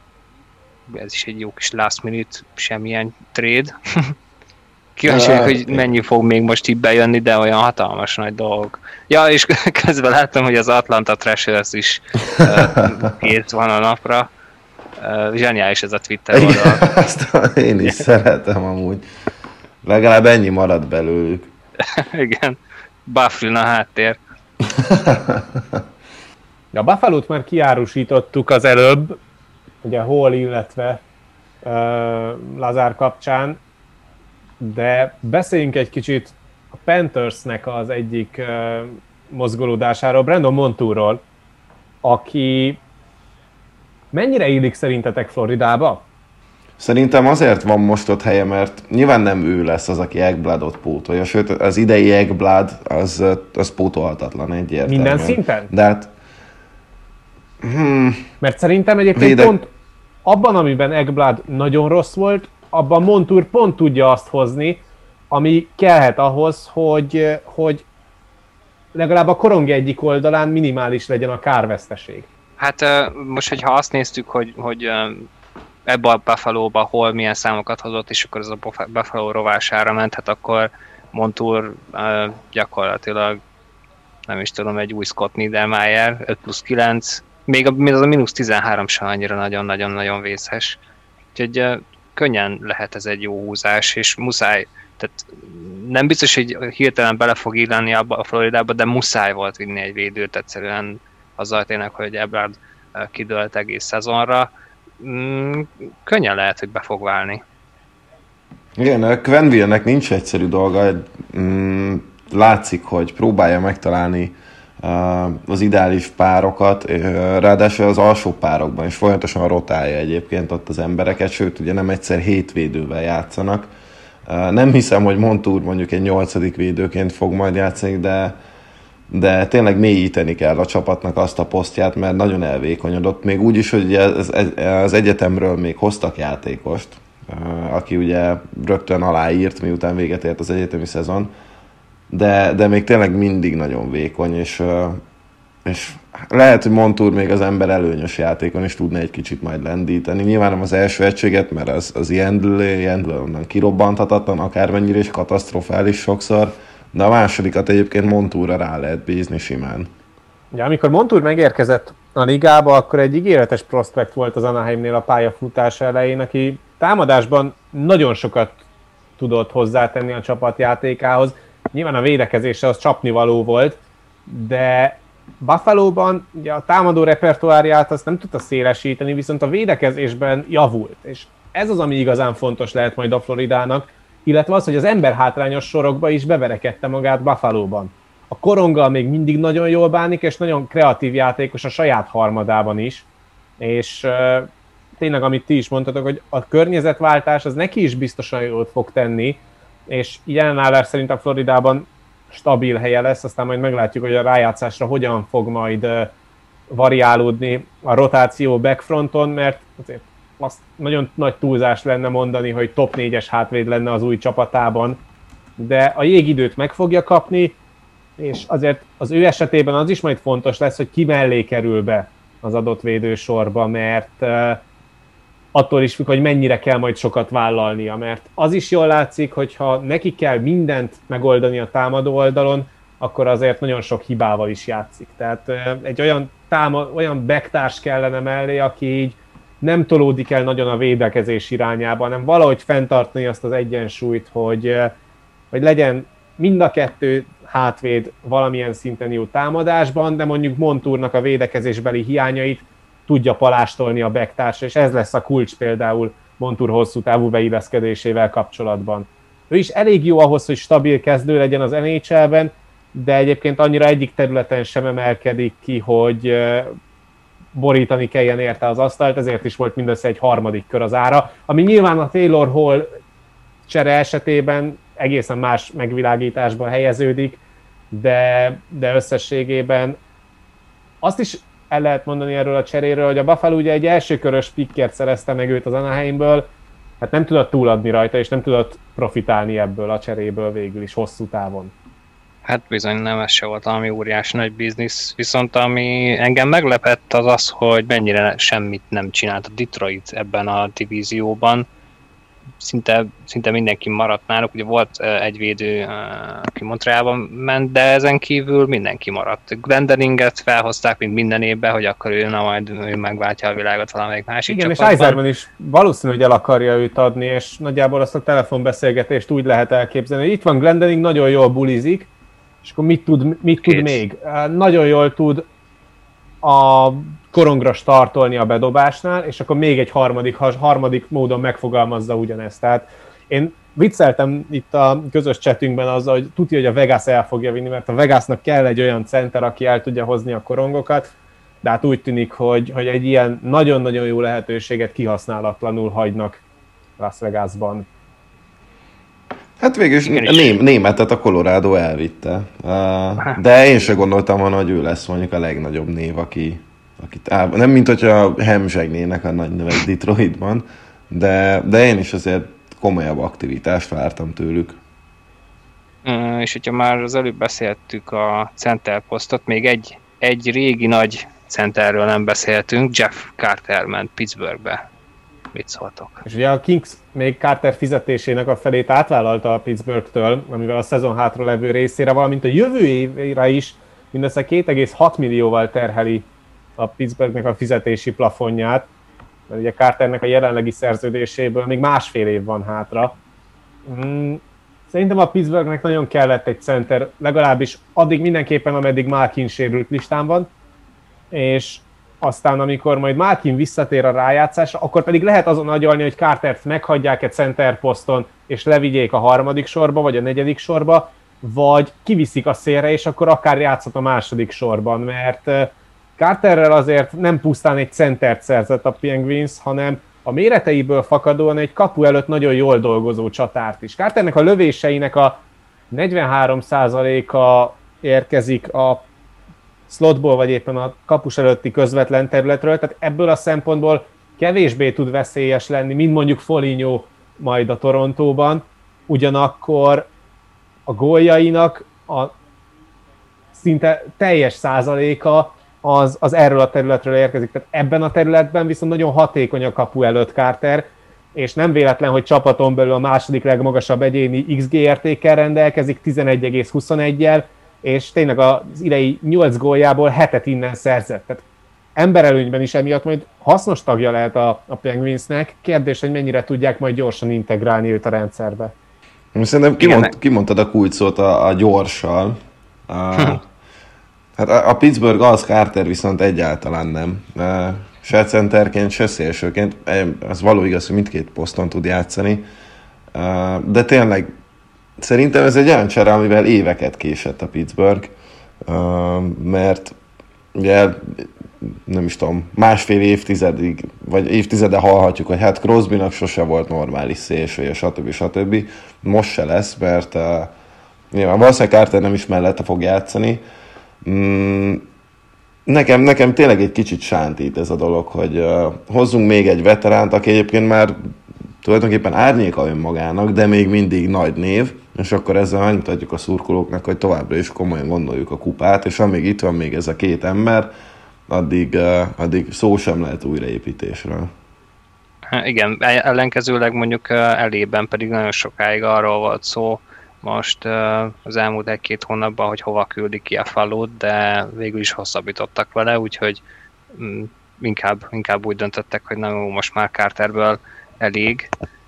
Ez is egy jó kis last minute, semmilyen trade. Kíváncsi vagyok, hogy mennyi fog még most így bejönni, de olyan hatalmas nagy dolgok. Ja, és közben láttam, hogy az Atlanta Thrashers is kész van a napra. Uh, zseniális ez a Twitter oldal. Azt én is szeretem amúgy. Legalább ennyi marad belőlük. Igen. Bufflin a háttér. A Buffalo-t már kiárusítottuk az előbb, ugye Hall, illetve uh, Lazar kapcsán, de beszéljünk egy kicsit a Panthersnek az egyik uh, mozgolódásáról, Brandon Montourról, aki mennyire illik szerintetek Floridába? Szerintem azért van most ott helye, mert nyilván nem ő lesz az, aki Ekbladot pótolja, sőt az idei Ekblad az, az pótolhatatlan egyértelműen. Minden szinten? De hát... Hmm, mert szerintem egyébként védek... pont abban, amiben Ekblad nagyon rossz volt, abban Montour pont tudja azt hozni, ami kellhet ahhoz, hogy, hogy legalább a korong egyik oldalán minimális legyen a kárveszteség. Hát most, hogyha azt néztük, hogy, hogy ebbe a Buffalo-ba hol milyen számokat hozott, és akkor ez a Buffalo rovására ment, hát akkor Montour gyakorlatilag, nem is tudom, egy új Scott Niedermayer, öt plusz kilenc, még, a, még az a mínusz tizenhárom sem annyira nagyon-nagyon-nagyon vészes. Úgyhogy könnyen lehet ez egy jó húzás, és muszáj, tehát nem biztos, hogy hirtelen bele fog illani abba a Floridába, de muszáj volt vinni egy védőt egyszerűen azzal tényleg, hogy Ebrard kidőlt egész szezonra. Mm, könnyen lehet, hogy be fog válni. Igen, Quenneville-nek nincs egyszerű dolga, mm, látszik, hogy próbálja megtalálni uh, az ideális párokat, uh, ráadásul az alsó párokban is folyamatosan rotálja egyébként ott az embereket, sőt ugye nem egyszer hét védővel játszanak. Uh, nem hiszem, hogy Montour mondjuk egy nyolcadik védőként fog majd játszani, de de tényleg mélyíteni kell a csapatnak azt a posztját, mert nagyon elvékonyodott. Még úgy is, hogy ugye az egyetemről még hoztak játékost, aki ugye rögtön aláírt, miután véget ért az egyetemi szezon, de, de még tényleg mindig nagyon vékony, és, és lehet, hogy Montour még az ember előnyös játékon is tudna egy kicsit majd lendíteni. Nyilván nem az első egységet, mert az, az Jandl, Jandl onnan kirobbanthatatlan, akármennyire is katasztrofális sokszor, de a másodikat egyébként Montourra rá lehet bízni simán. Ja, amikor Montour megérkezett a ligába, akkor egy ígéretes prospekt volt az Anaheimnél a pályafutása elején, aki támadásban nagyon sokat tudott hozzátenni a csapatjátékához. Nyilván a védekezése az csapnivaló volt, de Buffalóban ugye a támadó repertoárját azt nem tudta szélesíteni, viszont a védekezésben javult. És ez az, ami igazán fontos lehet majd a Floridának, illetve az, hogy az emberhátrányos sorokba is beverekedte magát Buffalóban. A koronggal még mindig nagyon jól bánik, és nagyon kreatív játékos a saját harmadában is. És uh, tényleg, amit ti is mondtatok, hogy a környezetváltás az neki is biztosan jót fog tenni, és jelenállás szerint a Floridában stabil helye lesz, aztán majd meglátjuk, hogy a rájátszásra hogyan fog majd uh, variálódni a rotáció backfronton, mert azért azt nagyon nagy túlzás lenne mondani, hogy top négyes hátvéd lenne az új csapatában, de a jégidőt meg fogja kapni, és azért az ő esetében az is majd fontos lesz, hogy ki mellé kerül be az adott védősorba, mert uh, attól is függ, hogy mennyire kell majd sokat vállalnia, mert az is jól látszik, hogyha neki kell mindent megoldani a támadó oldalon, akkor azért nagyon sok hibával is játszik. Tehát uh, egy olyan, táma, olyan backtárs kellene mellé, aki így nem tolódik el nagyon a védekezés irányába, hanem valahogy fenntartani azt az egyensúlyt, hogy, hogy legyen mind a kettő hátvéd valamilyen szinten jó támadásban, de mondjuk Montournak a védekezésbeli hiányait tudja palástolni a backtársa, és ez lesz a kulcs például Montour hosszú távú beilleszkedésével kapcsolatban. Ő is elég jó ahhoz, hogy stabil kezdő legyen az en há el-ben, de egyébként annyira egyik területen sem emelkedik ki, hogy borítani kelljen érte az asztalt, ezért is volt mindössze egy harmadik kör az ára, ami nyilván a Taylor Hall csere esetében egészen más megvilágításba helyeződik, de, de összességében azt is el lehet mondani erről a cseréről, hogy a Buffalo ugye egy elsőkörös pickert szerezte meg őt az Anaheimből, hát nem tudott túladni rajta, és nem tudott profitálni ebből a cseréből végül is hosszú távon. Hát bizony nem, ez se volt valami óriási nagy biznisz, viszont ami engem meglepett az az, hogy mennyire semmit nem csinált a Detroit ebben a divízióban. Szinte, szinte mindenki maradt náluk, ugye volt egy védő, aki Montrealban ment, de ezen kívül mindenki maradt. Glendeninget felhozták, mint minden évben, hogy akkor ő, na majd ő megváltja a világot valamelyik másik igen, csapatban. És Eiserman is valószínű, hogy el akarja őt adni, és nagyjából azt a telefonbeszélgetést úgy lehet elképzelni, hogy itt van Glendening, nagyon jól bulizik, és akkor mit tud, mit tud még? Nagyon jól tud a korongra startolni a bedobásnál, és akkor még egy harmadik, harmadik módon megfogalmazza ugyanezt. Tehát én vicceltem itt a közös chatünkben azzal, hogy tudja, hogy a Vegas el fogja vinni, mert a Vegasnak kell egy olyan center, aki el tudja hozni a korongokat, de hát úgy tűnik, hogy, hogy egy ilyen nagyon-nagyon jó lehetőséget kihasználatlanul hagynak Las Vegasban. Hát végülis ném, németet a Colorado elvitte. Uh, de én se gondoltam volna, hogy ő lesz mondjuk a legnagyobb név, aki, akit áll, nem mint hogyha hemzsegnének a nagy nevek Detroitban, de, de én is azért komolyabb aktivitást vártam tőlük. Mm, és hogyha már az előbb beszéltük a center posztot, még egy, egy régi nagy centerről nem beszéltünk, Jeff Carter ment Pittsburghbe. Mit szóltok? És ugye a Kings még Carter fizetésének a felét átvállalta a Pittsburghtől, amivel a szezon hátra levő részére, valamint a jövő évre is mindössze két egész hat millióval terheli a Pittsburghnek a fizetési plafonját, mert ugye Carternek a jelenlegi szerződéséből még másfél év van hátra. Szerintem a Pittsburghnek nagyon kellett egy center, legalábbis addig mindenképpen, ameddig Malkin sérült listán van, és aztán amikor majd Malkin visszatér a rájátszásra, akkor pedig lehet azon agyalni, hogy Cartert meghagyják egy center poszton, és levigyék a harmadik sorba, vagy a negyedik sorba, vagy kiviszik a szélre, és akkor akár játszhat a második sorban, mert Carterrel azért nem pusztán egy centert szerzett a Penguins, hanem a méreteiből fakadóan egy kapu előtt nagyon jól dolgozó csatárt is. Carternek a lövéseinek a negyvenhárom százaléka érkezik a slotból, vagy éppen a kapus előtti közvetlen területről, tehát ebből a szempontból kevésbé tud veszélyes lenni, mint mondjuk Foligno majd a Torontóban, ugyanakkor a góljainak a szinte teljes százaléka az, az erről a területről érkezik. Tehát ebben a területben viszont nagyon hatékony a kapu előtt Carter, és nem véletlen, hogy csapaton belül a második legmagasabb egyéni iksz gé értékkel rendelkezik, tizenegy egész huszonegyel, és tényleg az idei nyolc góljából hetet innen szerzett. Tehát emberelőnyben is emiatt majd hasznos tagja lehet a, a Penguinsnek. Kérdés, hogy mennyire tudják majd gyorsan integrálni őt a rendszerbe. Szerintem kimond, kimondtad a kulcsszót a, a gyorssal. A, hát a, a Pittsburgh az, Carter viszont egyáltalán nem. Se centerként, se szélsőként. Ez való igaz, hogy mindkét poszton tud játszani. De tényleg szerintem ez egy olyan csere, amivel éveket késett a Pittsburgh, mert ugye nem is tudom, másfél évtizedig, vagy évtizede hallhatjuk, hogy hát Crosbynak sose volt normális szélsője, stb. stb. Most se lesz, mert uh, nyilván valószínűleg Carter nem is mellette fog játszani. Mm, nekem, nekem tényleg egy kicsit sántít ez a dolog, hogy uh, hozzunk még egy veteránt, aki egyébként már tulajdonképpen árnyéka önmagának, de még mindig nagy név, és akkor ezzel megmutatjuk a szurkolóknak, hogy továbbra is komolyan gondoljuk a kupát, és amíg itt van még ez a két ember, addig, uh, addig szó sem lehet újraépítésről. Igen, ellenkezőleg mondjuk elében pedig nagyon sokáig arról volt szó most az elmúlt egy-két hónapban, hogy hova küldik ki a Falót, de végül is hosszabbítottak vele, úgyhogy inkább, inkább úgy döntöttek, hogy nem, most már Carterből elég.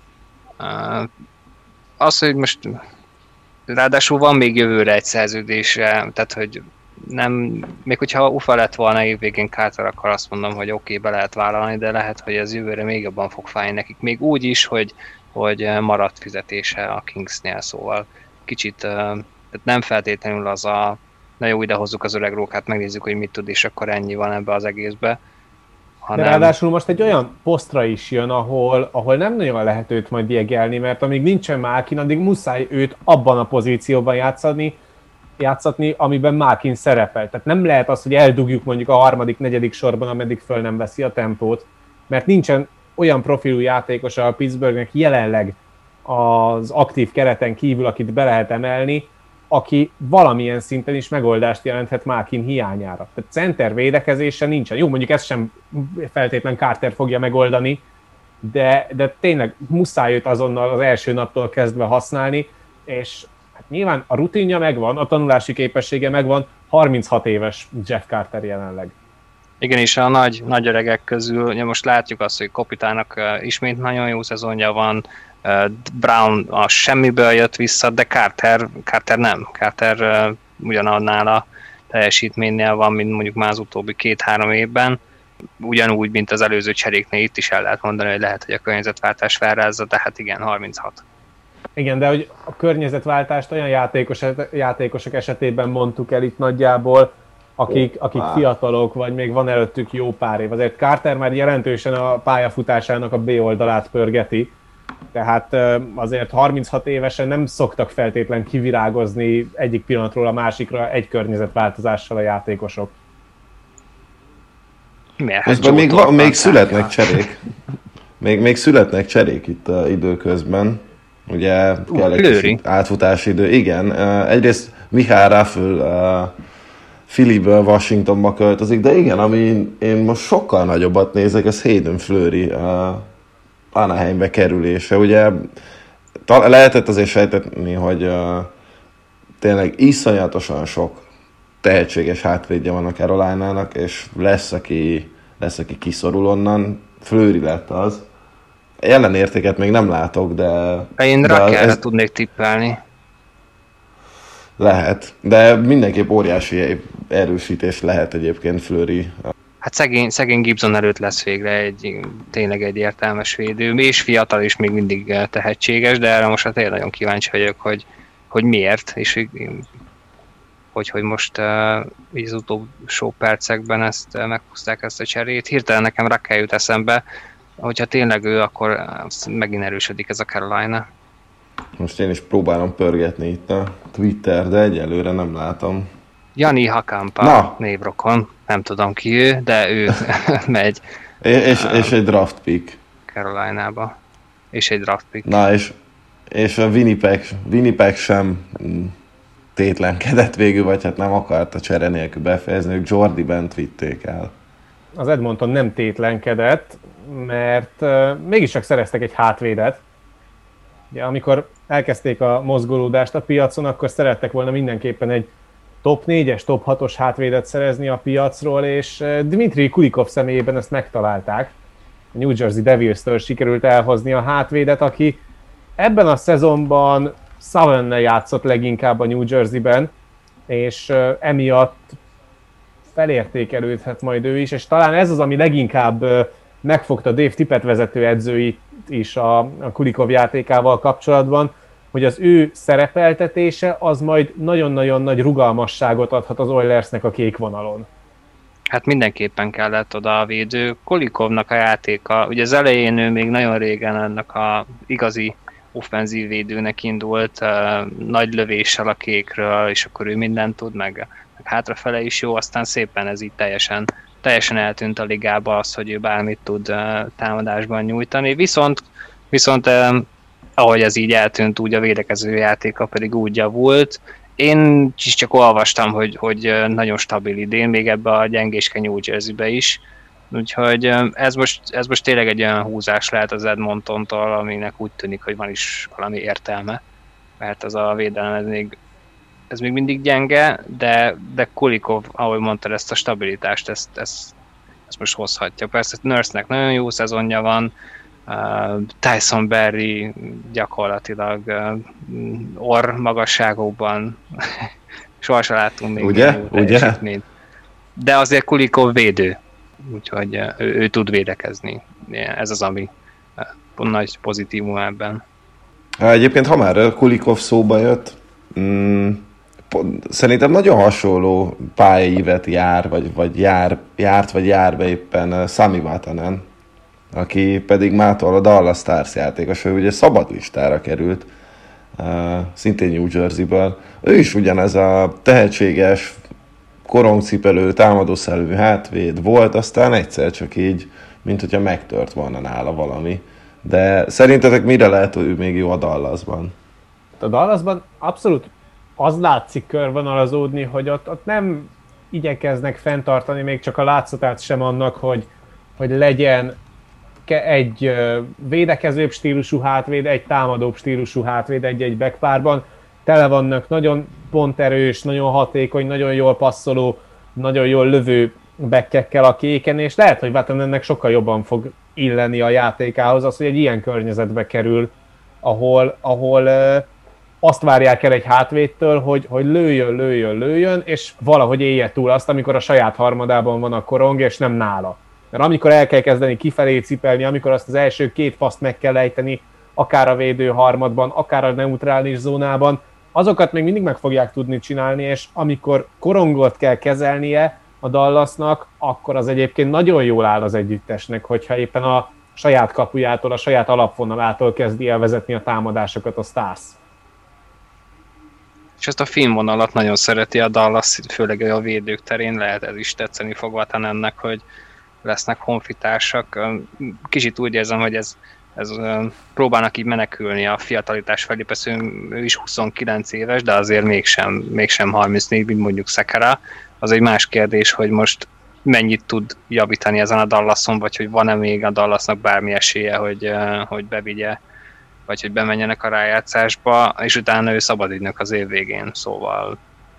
Az, hogy most ráadásul van még jövőre egy szerződése, tehát hogy nem, még hogyha ufa lett volna évvégén Carter, akkor azt mondom, hogy oké, okay, be lehet vállalni, de lehet, hogy ez jövőre még jobban fog fájni nekik. Még úgy is, hogy, hogy maradt fizetése a Kingsnél, szóval kicsit tehát nem feltétlenül az a na jó, ide hozzuk az öreg rókát, megnézzük, hogy mit tud, és akkor ennyi van ebbe az egészbe. Hanem... De ráadásul most egy olyan posztra is jön, ahol, ahol nem nagyon lehet őt majd diegelni, mert amíg nincsen Malkin, addig muszáj őt abban a pozícióban játszani, játszatni, amiben Malkin szerepel. Tehát nem lehet az, hogy eldugjuk mondjuk a harmadik, negyedik sorban, ameddig föl nem veszi a tempót, mert nincsen olyan profilú játékos a Pittsburghnek jelenleg az aktív kereten kívül, akit be lehet emelni, aki valamilyen szinten is megoldást jelenthet Malkin hiányára. Tehát center védekezése nincsen. Jó, mondjuk ezt sem feltétlen Carter fogja megoldani, de, de tényleg muszáj őt azonnal az első naptól kezdve használni, és hát nyilván a rutinja megvan, a tanulási képessége megvan, harminchat éves Jeff Carter jelenleg. Igen, és a nagy, nagy öregek közül, ugye most látjuk azt, hogy Kopitának ismét nagyon jó szezonja van, Brown a semmiből jött vissza, de Carter, Carter nem. Carter uh, ugyanannál a teljesítménynél van, mint mondjuk már az utóbbi két-három évben. Ugyanúgy, mint az előző cseréknél, itt is el lehet mondani, hogy lehet, hogy a környezetváltás felrázza, de hát igen, harminchat. Igen, de hogy a környezetváltást olyan játékos, játékosok esetében mondtuk el itt nagyjából, akik, akik fiatalok, vagy még van előttük jó pár év. Azért Carter már jelentősen a pályafutásának a B oldalát pörgeti, tehát azért harminchat évesen nem szoktak feltétlen kivirágozni egyik pillanatról a másikra egy környezetváltozással a játékosok. Miért? Még, va, még születnek cserék. Még, még születnek cserék itt uh, időközben. Ugye uh, kell egy kicsit átfutási idő. Igen, uh, egyrészt Michael Raffl uh, Philly-ből Washingtonba költözik, de igen, ami én most sokkal nagyobbat nézek, az Hayden Fleury uh, Anaheimbe kerülése. Ugye ta- lehetett azért sejtetni, hogy uh, tényleg iszonyatosan sok tehetséges hátvédje van a Carolina-nak, és lesz, aki, lesz, aki kiszorul onnan. Fleury lett az. Ellenértéket még nem látok, de... Én Rakelre ez... tudnék tippelni. Lehet, de mindenképp óriási erősítés lehet egyébként Fleury. hát szegény, szegény Gibson előtt lesz végre egy, tényleg egy értelmes védő, és fiatal és még mindig tehetséges, de erre most hát tényleg nagyon kíváncsi vagyok, hogy, hogy miért, és hogy, hogy most uh, így az utolsó percekben ezt uh, meghúzták ezt a cserét. Hirtelen nekem Raquel jut eszembe, hogyha tényleg ő, akkor megint erősödik ez a Carolina. Most én is próbálom pörgetni itt a Twitter, de egyelőre nem látom. Jani Hakampa névrokon, nem tudom ki ő, de ő megy. És, és egy draft pick. Carolinába. És egy draft pick. Na, és, és a Winnipeg, Winnipeg sem tétlenkedett végül, vagy hát nem akart a csere nélkül befejezni, ők Jordi Bent vitték el. Az Edmonton nem tétlenkedett, mert uh, mégiscsak szereztek egy hátvédet. Ugye, amikor elkezdték a mozgolódást a piacon, akkor szerettek volna mindenképpen egy top négyes, top hatos hátvédet szerezni a piacról, és uh, Dmitri Kulikov személyében ezt megtalálták. A New Jersey Devils-től sikerült elhozni a hátvédet, aki ebben a szezonban Savannel játszott leginkább a New Jersey-ben, és uh, emiatt felértékelődhet majd ő is, és talán ez az, ami leginkább uh, megfogta Dave Tippett vezető edzőit is a, a Kulikov játékával kapcsolatban, hogy az ő szerepeltetése az majd nagyon-nagyon nagy rugalmasságot adhat az Oilersnek a kék vonalon. Hát mindenképpen kellett oda a védő. Kulikovnak a játéka, ugye az elején ő még nagyon régen ennek a igazi offenzív védőnek indult, uh, nagy lövéssel a kékről, és akkor ő mindent tud, meg, meg hátrafele is jó, aztán szépen ez így teljesen, teljesen eltűnt a ligába az, hogy ő bármit tud uh, támadásban nyújtani, viszont, viszont uh, ahogy ez így eltűnt, úgy a védekező játéka pedig úgy javult. Én is csak olvastam, hogy, hogy nagyon stabil idén, még ebbe a gyengéske New Jersey-be is. Úgyhogy ez most, ez most tényleg egy olyan húzás lehet az Edmontontól, aminek úgy tűnik, hogy van is valami értelme. Mert ez a védelem, ez még, ez még mindig gyenge, de, de Kulikov, ahogy mondtad, ezt a stabilitást, ezt, ezt, ezt most hozhatja. Persze Nurse-nek nagyon jó szezonja van, Uh, Tyson Barrie gyakorlatilag uh, orr magasságokban sohasem láttunk még ugye? Ugye? De azért Kulikov védő, úgyhogy uh, ő, ő tud védekezni. Ez az, ami uh, nagy pozitívum ebben. Egyébként, ha már Kulikov szóba jött, mm, szerintem nagyon hasonló pályaívet jár, vagy, vagy jár, járt, vagy jár be éppen Sami Vatanen, aki pedig mától a Dallas Stars játékos, ő ugye szabadlistára került, uh, szintén New Jersey-ből. Ő is ugyanez a tehetséges, korongcipelő, támadószelvű hátvéd volt, aztán egyszer csak így, mint hogyha megtört volna nála valami. De szerintetek mire lehet, hogy ő még jó a Dallasban? A Dallasban abszolút az látszik körvonalazódni, hogy ott, ott nem igyekeznek fenntartani még csak a látszatát sem annak, hogy, hogy legyen egy védekezőbb stílusú hátvéd, egy támadóbb stílusú hátvéd egy-egy backpárban. Tele vannak nagyon ponterős, nagyon hatékony, nagyon jól passzoló, nagyon jól lövő backekkel a kéken, és lehet, hogy Vatanennek sokkal jobban fog illeni a játékához az, hogy egy ilyen környezetbe kerül, ahol, ahol azt várják el egy hátvédtől, hogy, hogy lőjön, lőjön, lőjön, és valahogy élje túl azt, amikor a saját harmadában van a korong, és nem nála. Mert amikor el kell kezdeni kifelé cipelni, amikor azt az első két faszt meg kell ejteni, akár a védő harmadban, akár a neutrális zónában, azokat még mindig meg fogják tudni csinálni, és amikor korongot kell kezelnie a Dallasnak, akkor az egyébként nagyon jól áll az együttesnek, hogyha éppen a saját kapujától, a saját alapvonalától kezdi el vezetni a támadásokat a Stars. És ezt a filmvonalat nagyon szereti a Dallas, főleg a védők terén, lehet ez is tetszeni fog Vatanennek, hogy lesznek honfitársak. Kicsit úgy érzem, hogy ez, ez próbálnak így menekülni a fiatalitás felé, persze ő is huszonkilenc éves, de azért mégsem, mégsem harmincnégy, mint mondjuk Sekera. Az egy más kérdés, hogy most mennyit tud javítani ezen a Dallason, vagy hogy van-e még a Dallasnak bármi esélye, hogy, hogy bevigye, vagy hogy bemenjenek a rájátszásba, és utána ő szabadügynök az év végén, szóval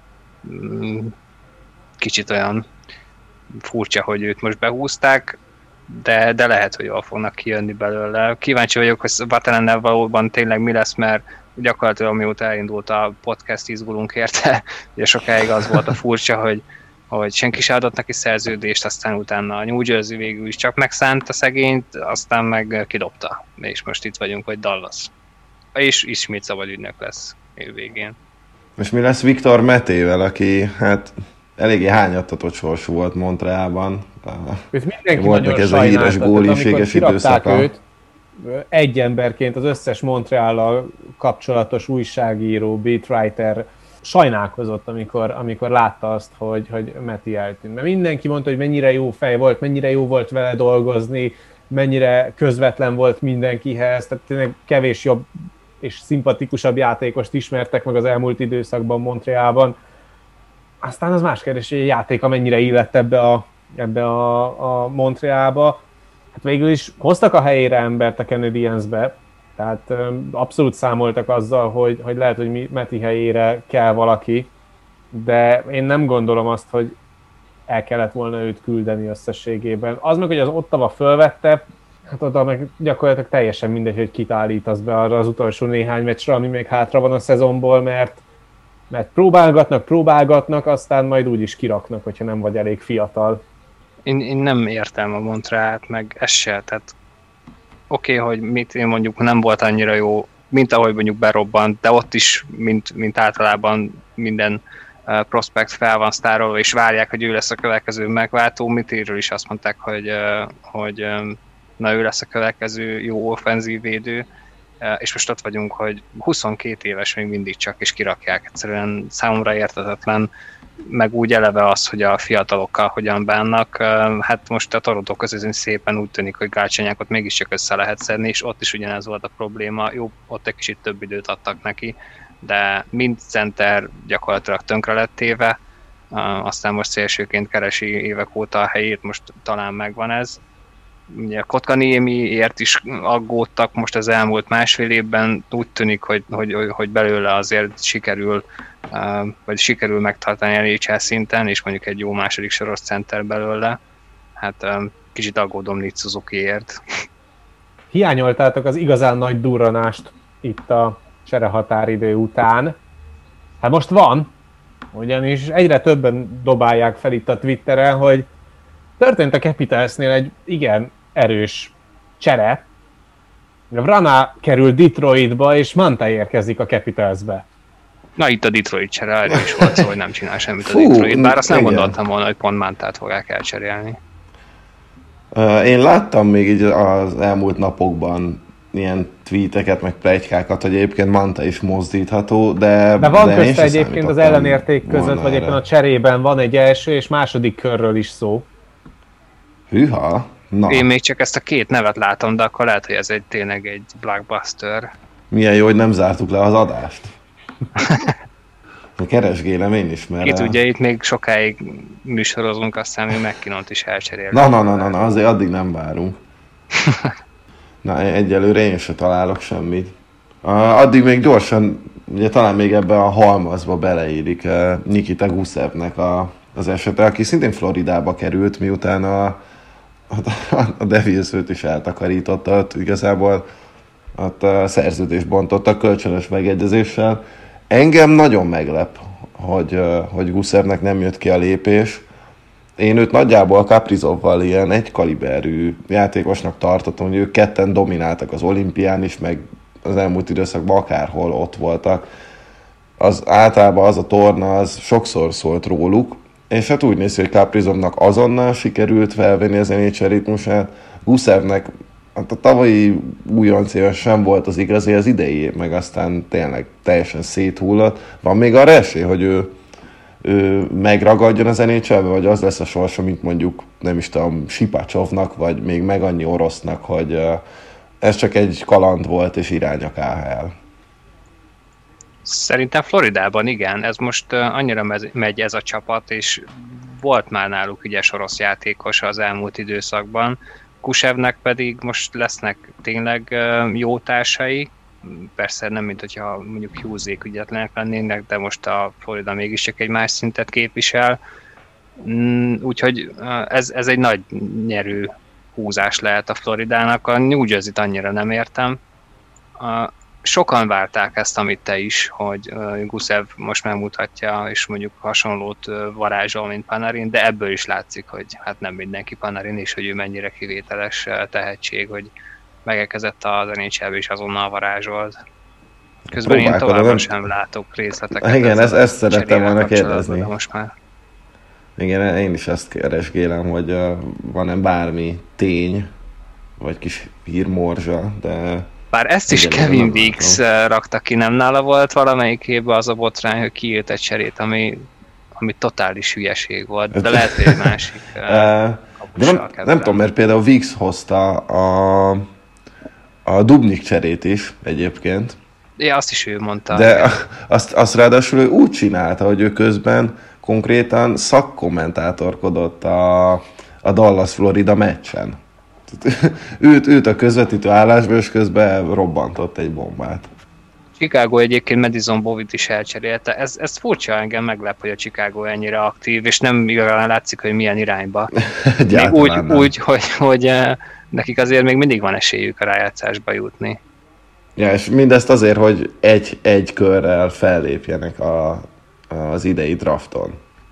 kicsit olyan furcsa, hogy őt most behúzták, de, de lehet, hogy jól fognak kijönni belőle. Kíváncsi vagyok, hogy Vatanennel valóban tényleg mi lesz, mert gyakorlatilag mióta elindult a podcast, izgulunk érte, ugye sokáig az volt a furcsa, hogy, hogy senki se adott neki szerződést, aztán utána a New Jersey végül is csak megszánt a szegényt, aztán meg kidobta. És most itt vagyunk, hogy Dallas. És ismét szabad ügynök lesz év végén. És mi lesz Viktor Metével, aki hát eléggé hányattatott sorsú volt Montrealban. Őt mindenki volt nagyon ez a híres góliséges időszaka. Őt, egy emberként az összes Montreallal kapcsolatos újságíró, beatwriter sajnálkozott, amikor, amikor látta azt, hogy, hogy Meti eltűnt. Mert mindenki mondta, hogy mennyire jó fej volt, mennyire jó volt vele dolgozni, mennyire közvetlen volt mindenkihez, tehát tényleg kevés jobb és szimpatikusabb játékost ismertek meg az elmúlt időszakban Montrealban. Aztán az más kérdés, hogy a játéka mennyire illett ebbe a, ebbe a, a Montrealba. Hát végül is hoztak a helyére embert a Canadiensbe, tehát abszolút számoltak azzal, hogy, hogy lehet, hogy Meti helyére kell valaki, de én nem gondolom azt, hogy el kellett volna őt küldeni összességében. Az meg, hogy az Ottawa fölvette, hát oda meg gyakorlatilag teljesen mindegy, hogy kit állítasz be arra az utolsó néhány meccsre, ami még hátra van a szezonból, mert, mert próbálgatnak, próbálgatnak, aztán majd úgyis kiraknak, hogyha nem vagy elég fiatal. Én, én nem értem a Montrealt, meg ez se, tehát oké, okay, hogy mit én mondjuk nem volt annyira jó, mint ahogy mondjuk berobbant, de ott is, mint, mint általában minden uh, prospect fel van sztárolva, és várják, hogy ő lesz a következő megváltó. Mitéről is azt mondták, hogy, uh, hogy um, na ő lesz a következő jó offenzív védő, uh, és most ott vagyunk, hogy huszonkét éves még mindig csak, és kirakják. Egyszerűen számomra érthetetlen, meg úgy eleve az, hogy a fiatalokkal hogyan bánnak. Hát most a Toronto között szépen úgy tűnik, hogy Galchenyákot mégiscsak össze lehet szedni, és ott is ugyanez volt a probléma. Jó, ott egy kicsit több időt adtak neki, de mind center gyakorlatilag tönkre lett téve, aztán most szélsőként keresi évek óta a helyét, most talán megvan ez. Ugye Kotkaniemiért is aggódtak most az elmúlt másfél évben, úgy tűnik, hogy, hogy, hogy belőle azért sikerül Uh, vagy sikerül megtartani en há el szinten, és mondjuk egy jó második soros center belőle. Hát um, kicsit aggódom Nick Suzukiért. Hiányoltátok az igazán nagy durranást itt a cserehatáridő után. Hát most van, ugyanis egyre többen dobálják fel itt a Twitteren, hogy történt a Capitalsnél egy igen erős csere. Vrana kerül Detroitba, és Manta érkezik a Capitalsbe. Na itt a Detroit csere, erről is volt szó, hogy nem csinál semmit a Detroit, bár azt nem igen. gondoltam volna, hogy pont Mantát fogják elcserélni. Uh, én láttam még így az elmúlt napokban ilyen tweeteket, meg pletykákat, hogy egyébként Manta is mozdítható, de... De van de közte egyébként az ellenérték között, vagy éppen a cserében van egy első és második körről is szó. Hűha! Na. Én még csak ezt a két nevet látom, de akkor lehet, hogy ez egy tényleg egy blockbuster. Milyen jó, hogy nem zártuk le az adást. Keresgélem én is, mert... Ki tudja, itt még sokáig műsorozunk, aztán még McKinnont is elcserélünk. Na, na, na, na, na, azért addig nem várunk. Na, egyelőre én sem találok semmit. Uh, addig még gyorsan, ugye talán még ebbe a halmazba beleérik uh, Nikita Gusevnek a, az esete, aki szintén Floridába került, miután a, a, a Devils őt is eltakarította, ott igazából ott a szerződést bontottak kölcsönös megegyezéssel. Engem nagyon meglep, hogy, hogy Gusevnek nem jött ki a lépés. Én őt nagyjából Kaprizovval ilyen egy kaliberű játékosnak tartottam, hogy ők ketten domináltak az olimpián is, meg az elmúlt időszakban akárhol ott voltak. Az általában az a torna, az sokszor szólt róluk, és hát úgy néz ki, hogy Kaprizovnak azonnal sikerült felvenni az en há el ritmusát, Gusevnek hát a tavalyi újonc éves sem volt az igazi, az idei, meg aztán tényleg teljesen széthullott. Van még arra esély, hogy ő, ő megragadjon az en há el-be, vagy az lesz a sorsa, mint mondjuk, nem is tudom, Sipacsovnak, vagy még meg annyi orosznak, hogy ez csak egy kaland volt, és irány a ká há el. Szerintem Floridában igen, ez most annyira megy ez a csapat, és volt már náluk ügyes orosz játékos az elmúlt időszakban. Kusevnek pedig most lesznek tényleg jó társai, persze nem, mint hogyha mondjuk Hughesék ügyetlenek lennének, de most a Florida mégiscsak egy más szintet képvisel, úgyhogy ez, ez egy nagy nyerő húzás lehet a Floridának. A New Jersey-t annyira nem értem. sokan várták ezt, amit te is, hogy uh, Gusev most megmutatja, és mondjuk hasonlót uh, varázsol, mint Panarin, de ebből is látszik, hogy hát nem mindenki Panarin, és hogy ő mennyire kivételes uh, tehetség, hogy megérkezett az en há el-be és azonnal varázsolt. Közben én továbbra nem... sem látok részleteket. Igen, ezt, ezt szerettem volna kérdezni. Most már. Igen, én is ezt keresgélem, hogy uh, van-e bármi tény, vagy kis hírmorzsa, de... Bár ezt is Kevin Weeks rakta ki, nem nála volt valamelyikében az a botrány, hogy kiírt egy cserét, ami, ami totális hülyeség volt, de lehet, hogy egy másik de nem, nem tudom, mert például Weeks hozta a, a Dubnyk cserét is egyébként. Ja, azt is ő mondta. De azt, azt ráadásul ő úgy csinálta, hogy ő közben konkrétan szakkommentátorkodott a, a Dallas-Florida meccsen. őt, őt a közvetítő állásból, és közben robbantott egy bombát. Chicago egyébként Madison Bowit is elcserélte. Ez, ez furcsa, engem meglep, hogy a Chicago ennyire aktív, és nem igazán látszik, hogy milyen irányba. Még úgy, úgy hogy, hogy nekik azért még mindig van esélyük a rájátszásba jutni. Ja, és mindezt azért, hogy egy, egy körrel fellépjenek a, az idei drafton.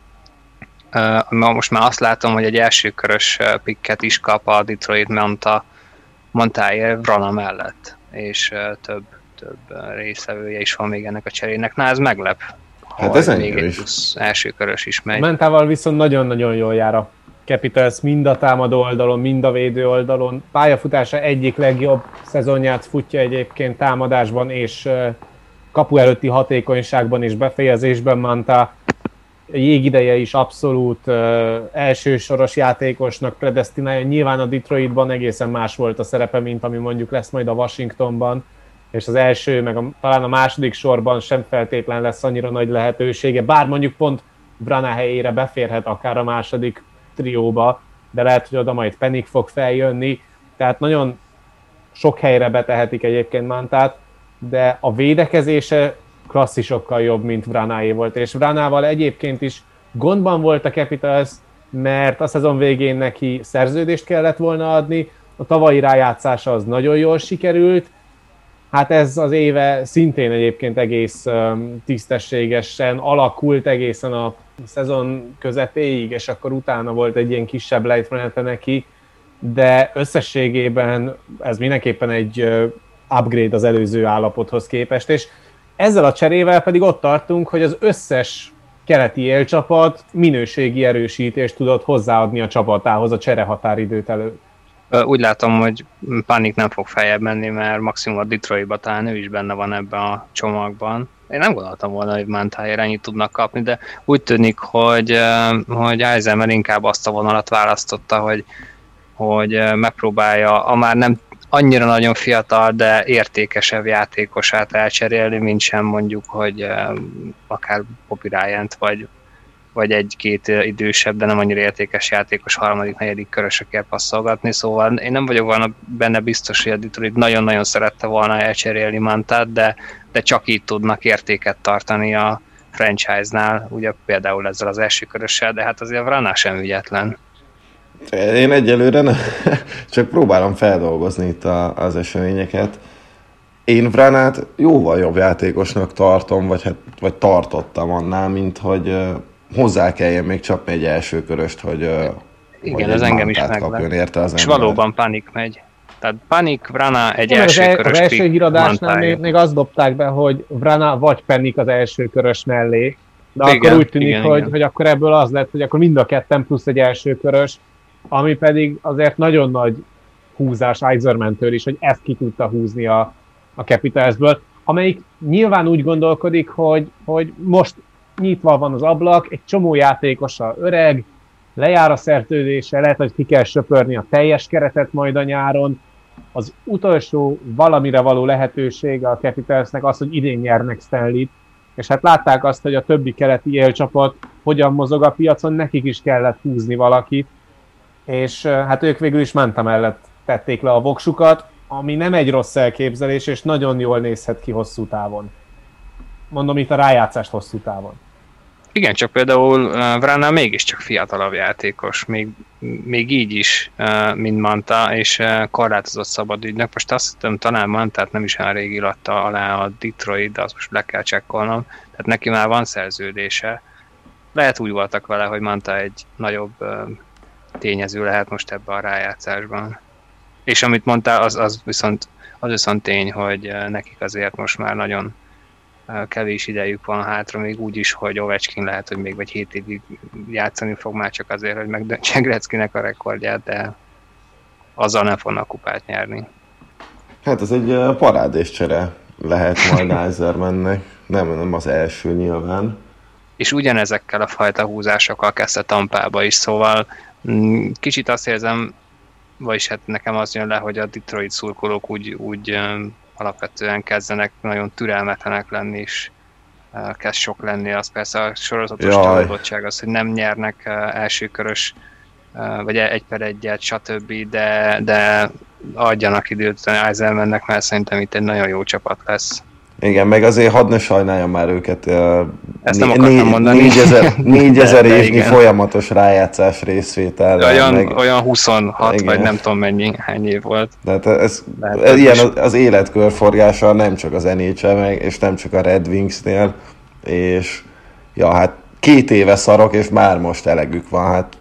Uh, most már azt látom, hogy egy elsőkörös picket is kap a Detroit Manta Montáért Vrana mellett, és uh, több, több uh, részevője is van még ennek a cserének. Na, ez meglep, hát ez még egy plusz elsőkörös is megy. A Mentával viszont nagyon-nagyon jól jár a Capitals, mind a támadó oldalon, mind a védő oldalon. Pályafutása egyik legjobb szezonját futja egyébként támadásban, és uh, kapu előtti hatékonyságban és befejezésben Manta. A jégideje is abszolút uh, elsősoros játékosnak predesztinálja. Nyilván a Detroitban egészen más volt a szerepe, mint ami mondjuk lesz majd a Washingtonban, és az első, meg a, talán a második sorban sem feltétlen lesz annyira nagy lehetősége, bár mondjuk pont Vrana helyére beférhet akár a második trióba, de lehet, hogy oda majd Panik fog feljönni, tehát nagyon sok helyre betehetik egyébként Mantát, de a védekezése klasszisokkal jobb, mint Vranáé volt, és Vranával egyébként is gondban volt a Capitals, mert a szezon végén neki szerződést kellett volna adni, a tavalyi rájátszása az nagyon jól sikerült, hát ez az éve szintén egyébként egész tisztességesen alakult egészen a szezon közepéig, és akkor utána volt egy ilyen kisebb lejtmenete neki, de összességében ez mindenképpen egy upgrade az előző állapothoz képest, és ezzel a cserével pedig ott tartunk, hogy az összes keleti élcsapat minőségi erősítést tudott hozzáadni a csapatához a cserehatáridőt előtt. Úgy látom, hogy Panik nem fog feljebb menni, mert maximum a Detroitba talán ő is benne van ebben a csomagban. Én nem gondoltam volna, hogy Mantáért ennyit tudnak kapni, de úgy tűnik, hogy, hogy Eisenman inkább azt a vonalat választotta, hogy, hogy megpróbálja a már nem annyira nagyon fiatal, de értékesebb játékosát elcserélni, mint sem mondjuk, hogy akár Bobby Ryant, vagy, vagy egy-két idősebb, de nem annyira értékes játékos harmadik, negyedik körösökkel passzolgatni, szóval én nem vagyok volna benne biztos, hogy a Detroit nagyon-nagyon szerette volna elcserélni Mantát, de, de csak így tudnak értéket tartani a franchise-nál, ugye például ezzel az első körössel, de hát azért a Vrana sem ügyetlen. Én egyelőre nem, csak próbálom feldolgozni itt a, az eseményeket. Én Vranát jóval jobb játékosnak tartom, vagy, hát, vagy tartottam annál, mint hogy uh, hozzá kelljen még csapni egy első köröst, hogy, uh, igen, ez engem is meglep. És valóban Panik megy. Tehát Panik, Vrana egy igen, első az körös az első híradásnál még, még azt dobták be, hogy Vrana vagy Panik az első körös mellé. De igen, akkor úgy tűnik, igen, hogy, igen. hogy akkor ebből az lett, hogy akkor mind a ketten plusz egy első körös, ami pedig azért nagyon nagy húzás Eisermantől is, hogy ezt ki tudta húzni a, a Capitalsből, amelyik nyilván úgy gondolkodik, hogy, hogy most nyitva van az ablak, egy csomó játékosa öreg, lejár a szerződése, lehet, hogy ki kell söpörni a teljes keretet majd a nyáron. Az utolsó valamire való lehetősége a Capitalsnek az, hogy idén nyernek Stanley-t, és hát látták azt, hogy a többi keleti élcsapat hogyan mozog a piacon, nekik is kellett húzni valakit, és hát ők végül is Manta mellett tették le a voksukat, ami nem egy rossz elképzelés, és nagyon jól nézhet ki hosszú távon. Mondom itt a rájátszást hosszú távon. Igen, csak például uh, Vrana mégiscsak fiatalabb játékos, még, még így is, uh, mint Manta, és uh, korlátozott szabad ügynök. Most azt hiszem, talán Mantát nem is olyan rég ilatta alá a Detroit, de azt most le kell csekkolnom. Tehát neki már van szerződése. Lehet úgy voltak vele, hogy Manta egy nagyobb uh, tényező lehet most ebben a rájátszásban. És amit mondtál, az, az, viszont, az viszont tény, hogy uh, nekik azért most már nagyon kevés idejük van hátra, még úgy is, hogy Ovechkin lehet, hogy még vagy hét évig játszani fog már csak azért, hogy megdöntse Gretzkynek a rekordját, de azzal nem fognak kupát nyerni. Hát ez egy parádés csere lehet majd Eisermannek, nem, nem az első nyilván. És ugyanezekkel a fajta húzásokkal kezdte Tampába is, szóval kicsit azt érzem, vagyis hát nekem az jön le, hogy a Detroit szurkolók úgy, úgy alapvetően kezdenek nagyon türelmetlenek lenni, és uh, kezd sok lenni. Az persze a sorozatos csalódottság az, hogy nem nyernek uh, elsőkörös, uh, vagy egy per egyet, stb., de, de adjanak időt Eisermannek, mert szerintem itt egy nagyon jó csapat lesz. Igen, meg azért hadd ne sajnáljam már őket. Ezt nem akartam né- mondani. négyezer évnyi folyamatos rájátszás részvétel. Olyan, meg... olyan huszonhat, igen. Vagy nem tudom mennyi, hány év volt. Tehát ez, ez ilyen az, az életkörforgása nem csak az en há el, meg, és nem csak a Red Wingsnél, és ja, hát két éve szarok, és már most elegük van, hát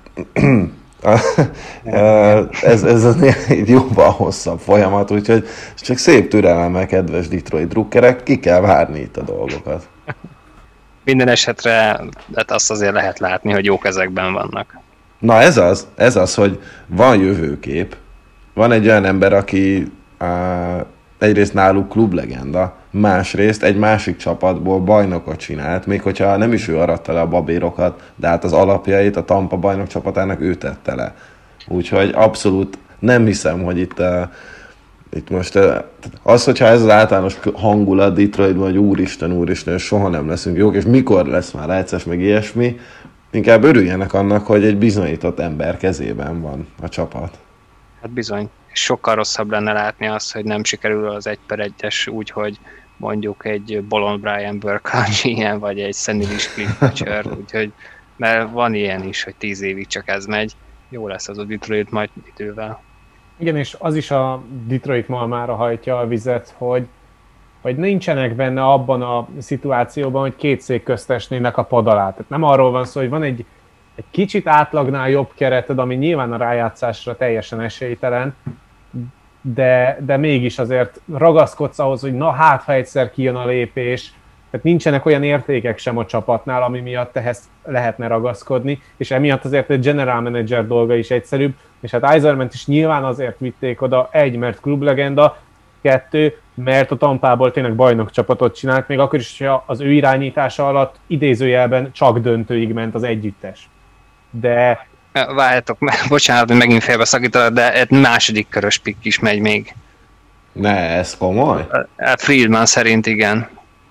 ez, ez egy jóval hosszabb folyamat, úgyhogy csak szép türelemmel, kedves Detroit drukkerek, ki kell várni itt a dolgokat. Minden esetre hát azt azért lehet látni, hogy jó kezekben vannak. Na ez az, ez az, hogy van jövőkép, van egy olyan ember, aki uh, egyrészt náluk klublegenda, másrészt egy másik csapatból bajnokot csinált, még hogyha nem is ő aratta le a babérokat, de hát az alapjait a Tampa bajnok csapatának ő tette le. Úgyhogy abszolút nem hiszem, hogy itt, uh, itt most uh, az, hogyha ez az általános hangulat Detroitban, hogy úristen, úristen, soha nem leszünk jók, és mikor lesz már rájátszás, meg ilyesmi, inkább örüljenek annak, hogy egy bizonyított ember kezében van a csapat. Hát bizony. Sokkal rosszabb lenne látni azt, hogy nem sikerül az egy per egyes úgy, hogy mondjuk egy Bolond Brian Burke ilyen, vagy egy Senilis Cliff, úgyhogy mert van ilyen is, hogy tíz évig csak ez megy. Jó lesz az a Detroit majd idővel. Igen, és az is a Detroit malmára hajtja a vizet, hogy, hogy nincsenek benne abban a szituációban, hogy két szék közt esnének a pad alá. Tehát nem arról van szó, hogy van egy, egy kicsit átlagnál jobb kereted, ami nyilván a rájátszásra teljesen esélytelen, de, de mégis azért ragaszkodsz ahhoz, hogy na hát, ha egyszer kijön a lépés, tehát nincsenek olyan értékek sem a csapatnál, ami miatt ehhez lehetne ragaszkodni, és emiatt azért egy general manager dolga is egyszerűbb, és hát Eisermant is nyilván azért vitték oda, egy, mert klublegenda, kettő, mert a Tampából tényleg bajnok csapatot csinált, még akkor is, hogyha az ő irányítása alatt idézőjelben csak döntőig ment az együttes. De... Várjátok, bocsánat, hogy megint félbeszakítalak, de egy második körös pikk is megy még. Ne, ez komoly? A Friedman szerint igen.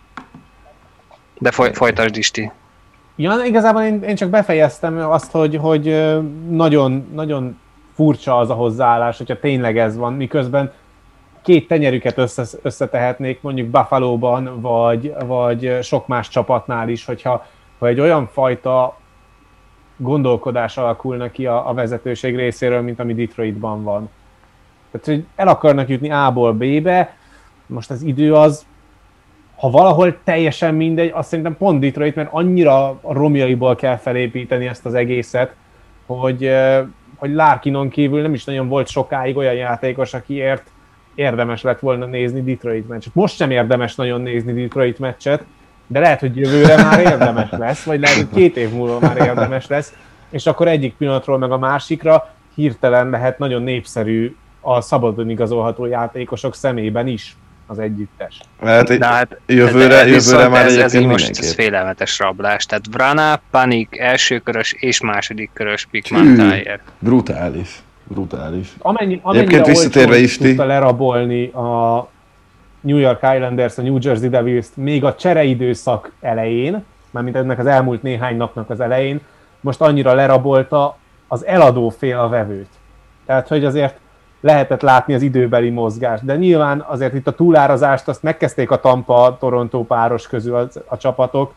De foly, folytasd, Isti. Ja, igazából én, én csak befejeztem azt, hogy, hogy nagyon, nagyon furcsa az a hozzáállás, hogyha tényleg ez van, miközben két tenyerüket össze, összetehetnék mondjuk Buffalo-ban, vagy, vagy sok más csapatnál is, hogyha ha egy olyan fajta gondolkodás alakulna ki a, a vezetőség részéről, mint ami Detroitban van. Tehát, hogy el akarnak jutni A-ból B-be, most az idő az, ha valahol teljesen mindegy, azt szerintem pont Detroit, mert annyira a romjaiból kell felépíteni ezt az egészet, hogy, hogy Larkinon kívül nem is nagyon volt sokáig olyan játékos, akiért érdemes lett volna nézni Detroit meccset. Most sem érdemes nagyon nézni Detroit meccset, de lehet, hogy jövőre már érdemes lesz, vagy lehet, hogy két év múlva már érdemes lesz, és akkor egyik pillanatról meg a másikra hirtelen lehet nagyon népszerű a szabadon igazolható játékosok szemében is az együttes. Hát, de hát jövőre, de jövőre már ez, egyébként ez most ez félelmetes rablás. Tehát Vrana, Panik, elsőkörös és második körös pick Mantáért. Brutális. Brutális. Amennyi, amennyire olcsón tudta lerabolni a New York Islanders, a New Jersey Devils-t még a csereidőszak elején, mármint ennek az elmúlt néhány napnak az elején, most annyira lerabolta az eladó fél a vevőt. Tehát, hogy azért lehetett látni az időbeli mozgást, de nyilván azért itt a túlárazást azt megkezdték a Tampa-Toronto páros közül a, a csapatok,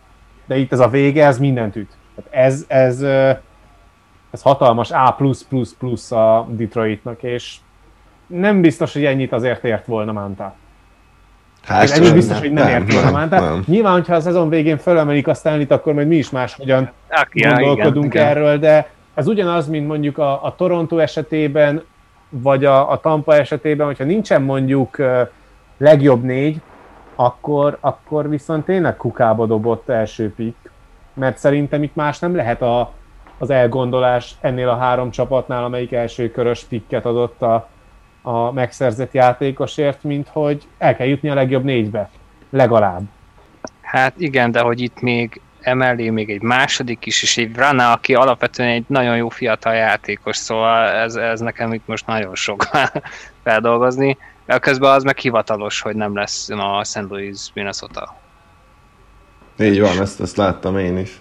de itt ez a vége, ez mindent üt. Tehát ez, ez, ez hatalmas A plusz plusz plusz a Detroitnak, és nem biztos, hogy ennyit azért ért volna Manta. Hát ennyi biztos, hogy nem, nem ért volna Manta. Nyilván, hogyha a szezon végén fölemelik a Stanley-t, akkor majd mi is máshogyan ja, gondolkodunk igen, erről, de ez ugyanaz, mint mondjuk a, a Toronto esetében, vagy a, a Tampa esetében, hogyha nincsen mondjuk uh, legjobb négy, akkor, akkor viszont tényleg kukába dobott első pick, mert szerintem itt más nem lehet a, az elgondolás ennél a három csapatnál, amelyik első körös picket adott a, a megszerzett játékosért, mint hogy el kell jutni a legjobb négybe, legalább. Hát igen, de hogy itt még emellé még egy második is, és egy Vrana, aki alapvetően egy nagyon jó fiatal játékos, szóval ez, ez nekem itt most nagyon sok feldolgozni. Közben az meg hivatalos, hogy nem lesz a Saint Louis Minnesota. Így van, ezt, ezt láttam én is.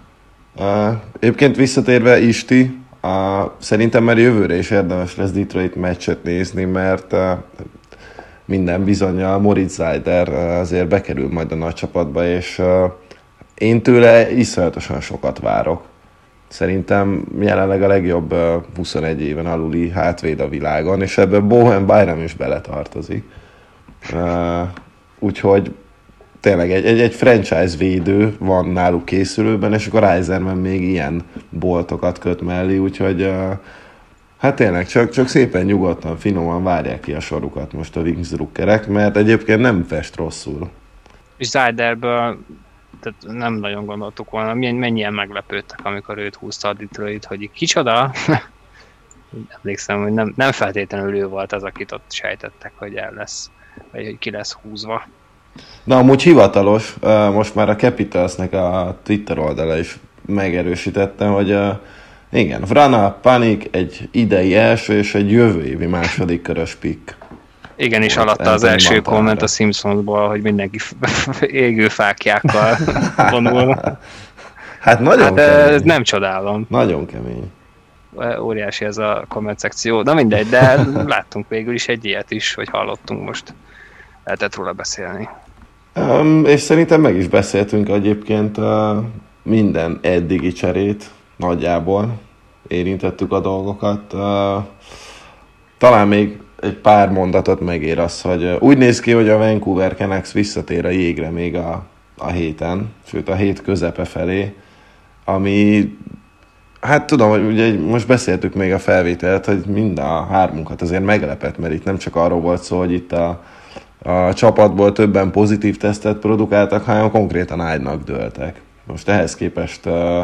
Uh, egyébként visszatérve Isti, uh, szerintem már jövőre is érdemes lesz Detroit meccset nézni, mert uh, minden bizonnyal Moritz Seider uh, azért bekerül majd a nagy csapatba, és uh, én tőle iszonyatosan sokat várok. Szerintem jelenleg a legjobb uh, huszonegy éven aluli hátvéd a világon, és ebben Bowen Byram is beletartozik. Uh, úgyhogy tényleg egy, egy, egy franchise védő van náluk készülőben, és akkor Eiserman még ilyen boltokat köt mellé, úgyhogy uh, hát tényleg csak, csak szépen nyugodtan, finoman várják ki a sorukat most a Wings-drukkerek, mert egyébként nem fest rosszul. És Seiderből tehát nem nagyon gondoltuk volna, mennyien meglepődtek, amikor őt húzta a Detroit, hogy kicsoda. Emlékszem, hogy nem, nem feltétlenül ő volt az, akit ott sejtettek, hogy el lesz, vagy hogy ki lesz húzva. Na, amúgy hivatalos, most már a Capitalsnek a Twitter oldala is megerősítette, hogy igen, Vrana, Panik egy idei első és egy jövő évi második körös pick. Igen, és alatta az első komment a Simpsonsból, hogy mindenki égő fáklyákkal vonul. Hát nagyon hát, kemény. Nem csodálom. Nagyon kemény. Óriási ez a komment szekció. Na mindegy, de láttunk végül is egy ilyet is, hogy hallottunk most. Lehetett róla beszélni. Um, és szerintem meg is beszéltünk egyébként uh, minden eddigi cserét nagyjából. Érintettük a dolgokat. Uh, talán még egy pár mondatot megér az, hogy úgy néz ki, hogy a Vancouver Canucks visszatér a jégre még a, a héten, sőt a hét közepe felé, ami, hát tudom, hogy ugye most beszéltük még a felvételt, hogy mind a hármunkat azért meglepett, mert itt nem csak arról volt szó, hogy itt a, a csapatból többen pozitív tesztet produkáltak, hanem konkrétan ágynak dőltek. Most ehhez képest uh,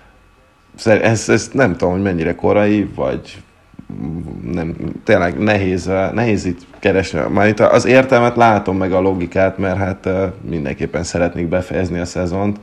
ez, ez nem tudom, hogy mennyire korai, vagy nem, tényleg nehéz, nehéz itt keresni. Már itt az értelmet látom, meg a logikát, mert hát mindenképpen szeretnék befejezni a szezont.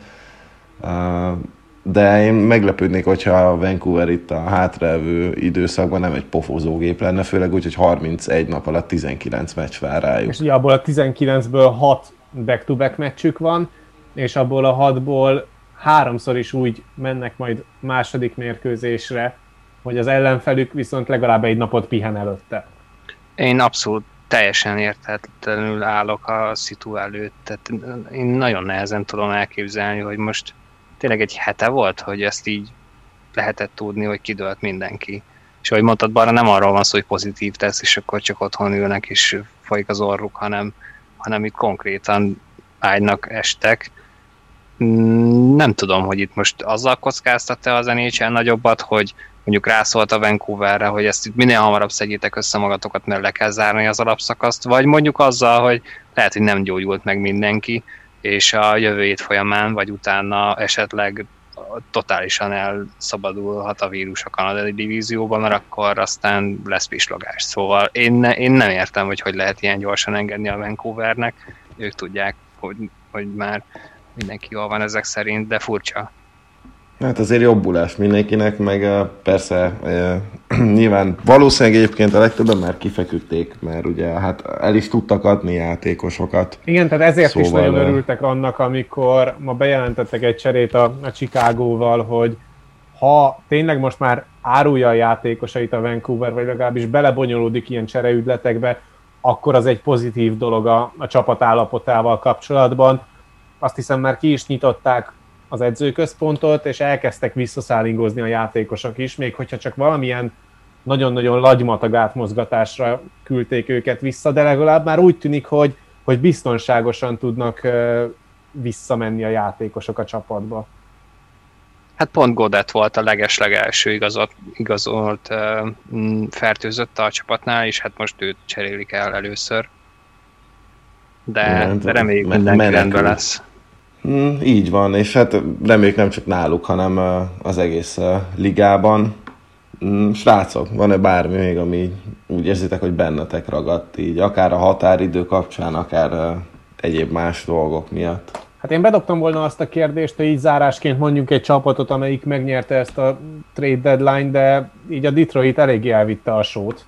De én meglepődnék, hogyha a Vancouver itt a hátralévő időszakban nem egy pofozógép lenne, főleg úgy, hogy harmincegy nap alatt tizenkilenc meccs vár rájuk. És ugye abból a tizenkilencből hat back-to-back meccsük van, és abból a hatból háromszor is úgy mennek majd második mérkőzésre, hogy az ellenfelük viszont legalább egy napot pihen előtte. Én abszolút teljesen érthetetlenül állok a szitu előtt, tehát én nagyon nehezen tudom elképzelni, hogy most tényleg egy hete volt, hogy ezt így lehetett tudni, hogy kidőlt mindenki. És ahogy mondtad, Barra, nem arról van szó, hogy pozitív tesz, és akkor csak otthon ülnek, és folyik az orruk, hanem, hanem itt konkrétan ágynak estek. Nem tudom, hogy itt most azzal kockáztatta az en há el nagyobbat, hogy mondjuk rászólt a Vancouverre, hogy ezt itt minél hamarabb szedjétek össze magatokat, mert le kell zárni az alapszakaszt, vagy mondjuk azzal, hogy lehet, hogy nem gyógyult meg mindenki, és a jövő hét folyamán, vagy utána esetleg totálisan elszabadulhat a vírus a kanadai divízióban, mert akkor aztán lesz pislogás. Szóval én, ne, én nem értem, hogy hogy lehet ilyen gyorsan engedni a Vancouvernek. Ők tudják, hogy, hogy már mindenki jól van ezek szerint, de furcsa. Hát azért jobbulás mindenkinek, meg persze nyilván valószínűleg egyébként a legtöbben már kifeküdték, mert ugye hát el is tudtak adni játékosokat. Igen, tehát ezért szóval is nagyon örültek annak, amikor ma bejelentettek egy cserét a, a Chicagóval, hogy ha tényleg most már árulja a játékosait a Vancouver, vagy legalábbis belebonyolódik ilyen csereügyletekbe, akkor az egy pozitív dolog a, a csapat állapotával kapcsolatban. Azt hiszem már ki is nyitották az edzőközpontot, és elkezdtek visszaszállingozni a játékosok is, még hogyha csak valamilyen nagyon-nagyon lagymatag átmozgatásra küldték őket vissza, de legalább már úgy tűnik, hogy, hogy biztonságosan tudnak visszamenni a játékosok a csapatba. Hát pont Godet volt a legeslegelső igazolt, igazolt uh, fertőzött a csapatnál, és hát most őt cserélik el először. De, de reméljük mindenki rendben lesz. Mm, így van, és hát reméljük nem csak náluk, hanem uh, az egész uh, ligában. Mm, srácok, van-e bármi még, ami úgy érzitek, hogy bennetek ragadt így, akár a határidő kapcsán, akár uh, egyéb más dolgok miatt? Hát én bedobtam volna azt a kérdést, hogy így zárásként mondjunk egy csapatot, amelyik megnyerte ezt a trade deadline, de így a Detroit eléggé elvitte a sót.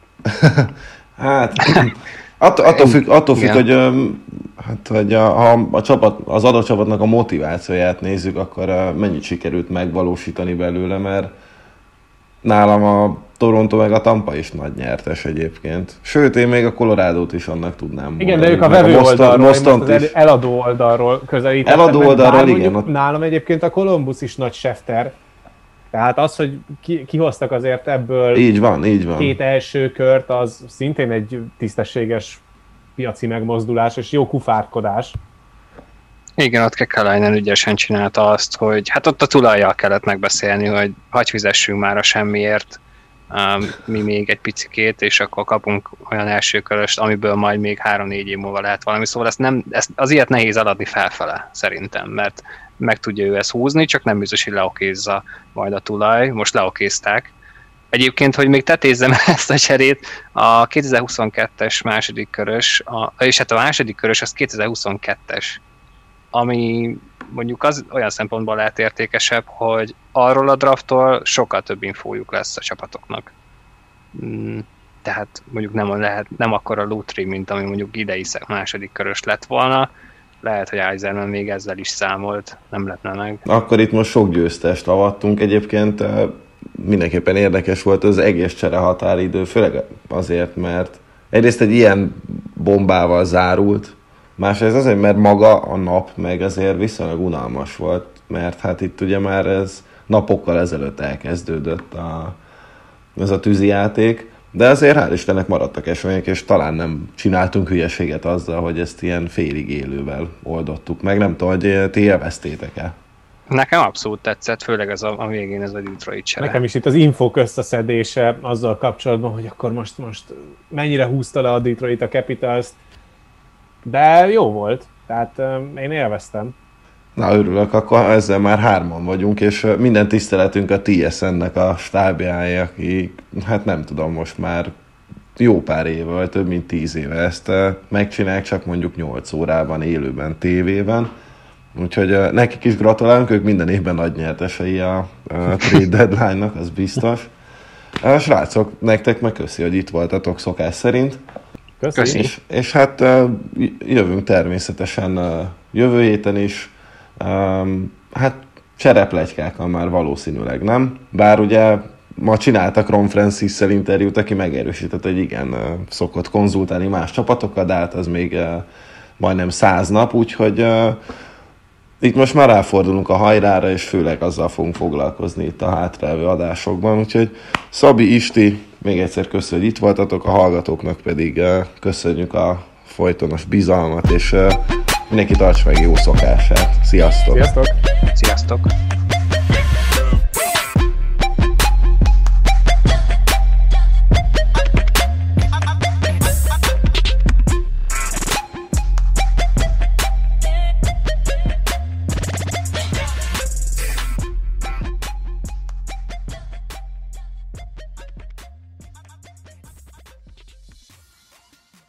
Hát att, attól függ, attól függ hogy, hát, hogy a, ha a csapat, az adott csapatnak a motivációját nézzük, akkor mennyit sikerült megvalósítani belőle, mert nálam a Toronto meg a Tampa is nagy nyertes egyébként. Sőt, én még a Colorado-t is annak tudnám igen, mondani. de ők a vevő oldalról, most az eladó oldalról közelítettem. Eladó oldalról, igen. Mondjuk, nálam egyébként a Columbus is nagy sefter. Tehát az, hogy ki, kihoztak azért ebből így van, így van. két első kört, az szintén egy tisztességes piaci megmozdulás, és jó kufárkodás. Igen, ott Kekalainen ügyesen csinálta azt, hogy hát ott a tulajjal kellett megbeszélni, hogy hagyj fizessünk már a semmiért, um, mi még egy picikét, és akkor kapunk olyan elsőköröst, amiből majd még három-négy év múlva lehet valami. Szóval ezt nem, ezt, az ilyet nehéz eladni felfele, szerintem, mert meg tudja ő ezt húzni, csak nem biztos, hogy leokézza majd a tulaj. Most leokézták. Egyébként, hogy még tetézzem ezt a cserét, a kétezer-huszonkettes második körös, a, és hát a második körös az kétezer-huszonkettes, ami mondjuk az olyan szempontból lehet értékesebb, hogy arról a drafttól sokkal több infójuk lesz a csapatoknak. Tehát mondjuk nem, lehet, nem akkora lottery, mint ami mondjuk idei második körös lett volna. Lehet, hogy Eiserman még ezzel is számolt, nem lepne meg. Akkor itt most sok győztest avattunk. Egyébként mindenképpen érdekes volt az egész csere határidő, főleg azért, mert egyrészt egy ilyen bombával zárult, másrészt azért, mert maga a nap meg azért viszonylag unalmas volt, mert hát itt ugye már ez napokkal ezelőtt elkezdődött a, ez a tűzijáték, de azért hál' Istennek maradtak események, és talán nem csináltunk hülyeséget azzal, hogy ezt ilyen félig élővel oldottuk meg. Nem tudom, hogy ti élveztétek-e? Nekem abszolút tetszett, főleg ez a, a végén ez a Detroit csere. Nekem is itt az infók összeszedése azzal kapcsolatban, hogy akkor most, most mennyire húzta le a Detroit a Capitals-t, de jó volt, tehát um, én élveztem. Na, örülök, akkor ezzel már hárman vagyunk, és minden tiszteletünk a té es en-nek a stábjája, aki, hát nem tudom, most már jó pár éve, vagy több mint tíz éve ezt megcsinálják, csak mondjuk nyolc órában, élőben, tévében. Úgyhogy nekik is gratulálunk, ők minden évben nagy nyertesei a, a trade deadline-nak, az biztos. Srácok, nektek meg köszi, hogy itt voltatok szokás szerint. Köszi. És, és hát jövünk természetesen jövő héten is. Hát csereplegykákkal már valószínűleg nem. Bár ugye ma csináltak Ron Francis-szel interjút, aki megerősített, hogy igen, szokott konzultálni más csapatokkal, de hát az még majdnem száz nap, úgyhogy itt most már ráfordulunk a hajrára, és főleg azzal fogunk foglalkozni itt a hátralévő adásokban. Úgyhogy Szabi, Isti, még egyszer köszönjük, hogy itt voltatok, a hallgatóknak pedig köszönjük a folytonos bizalmat, és mindenki tartsa meg jó szokását. Sziasztok! Sziasztok! Sziasztok!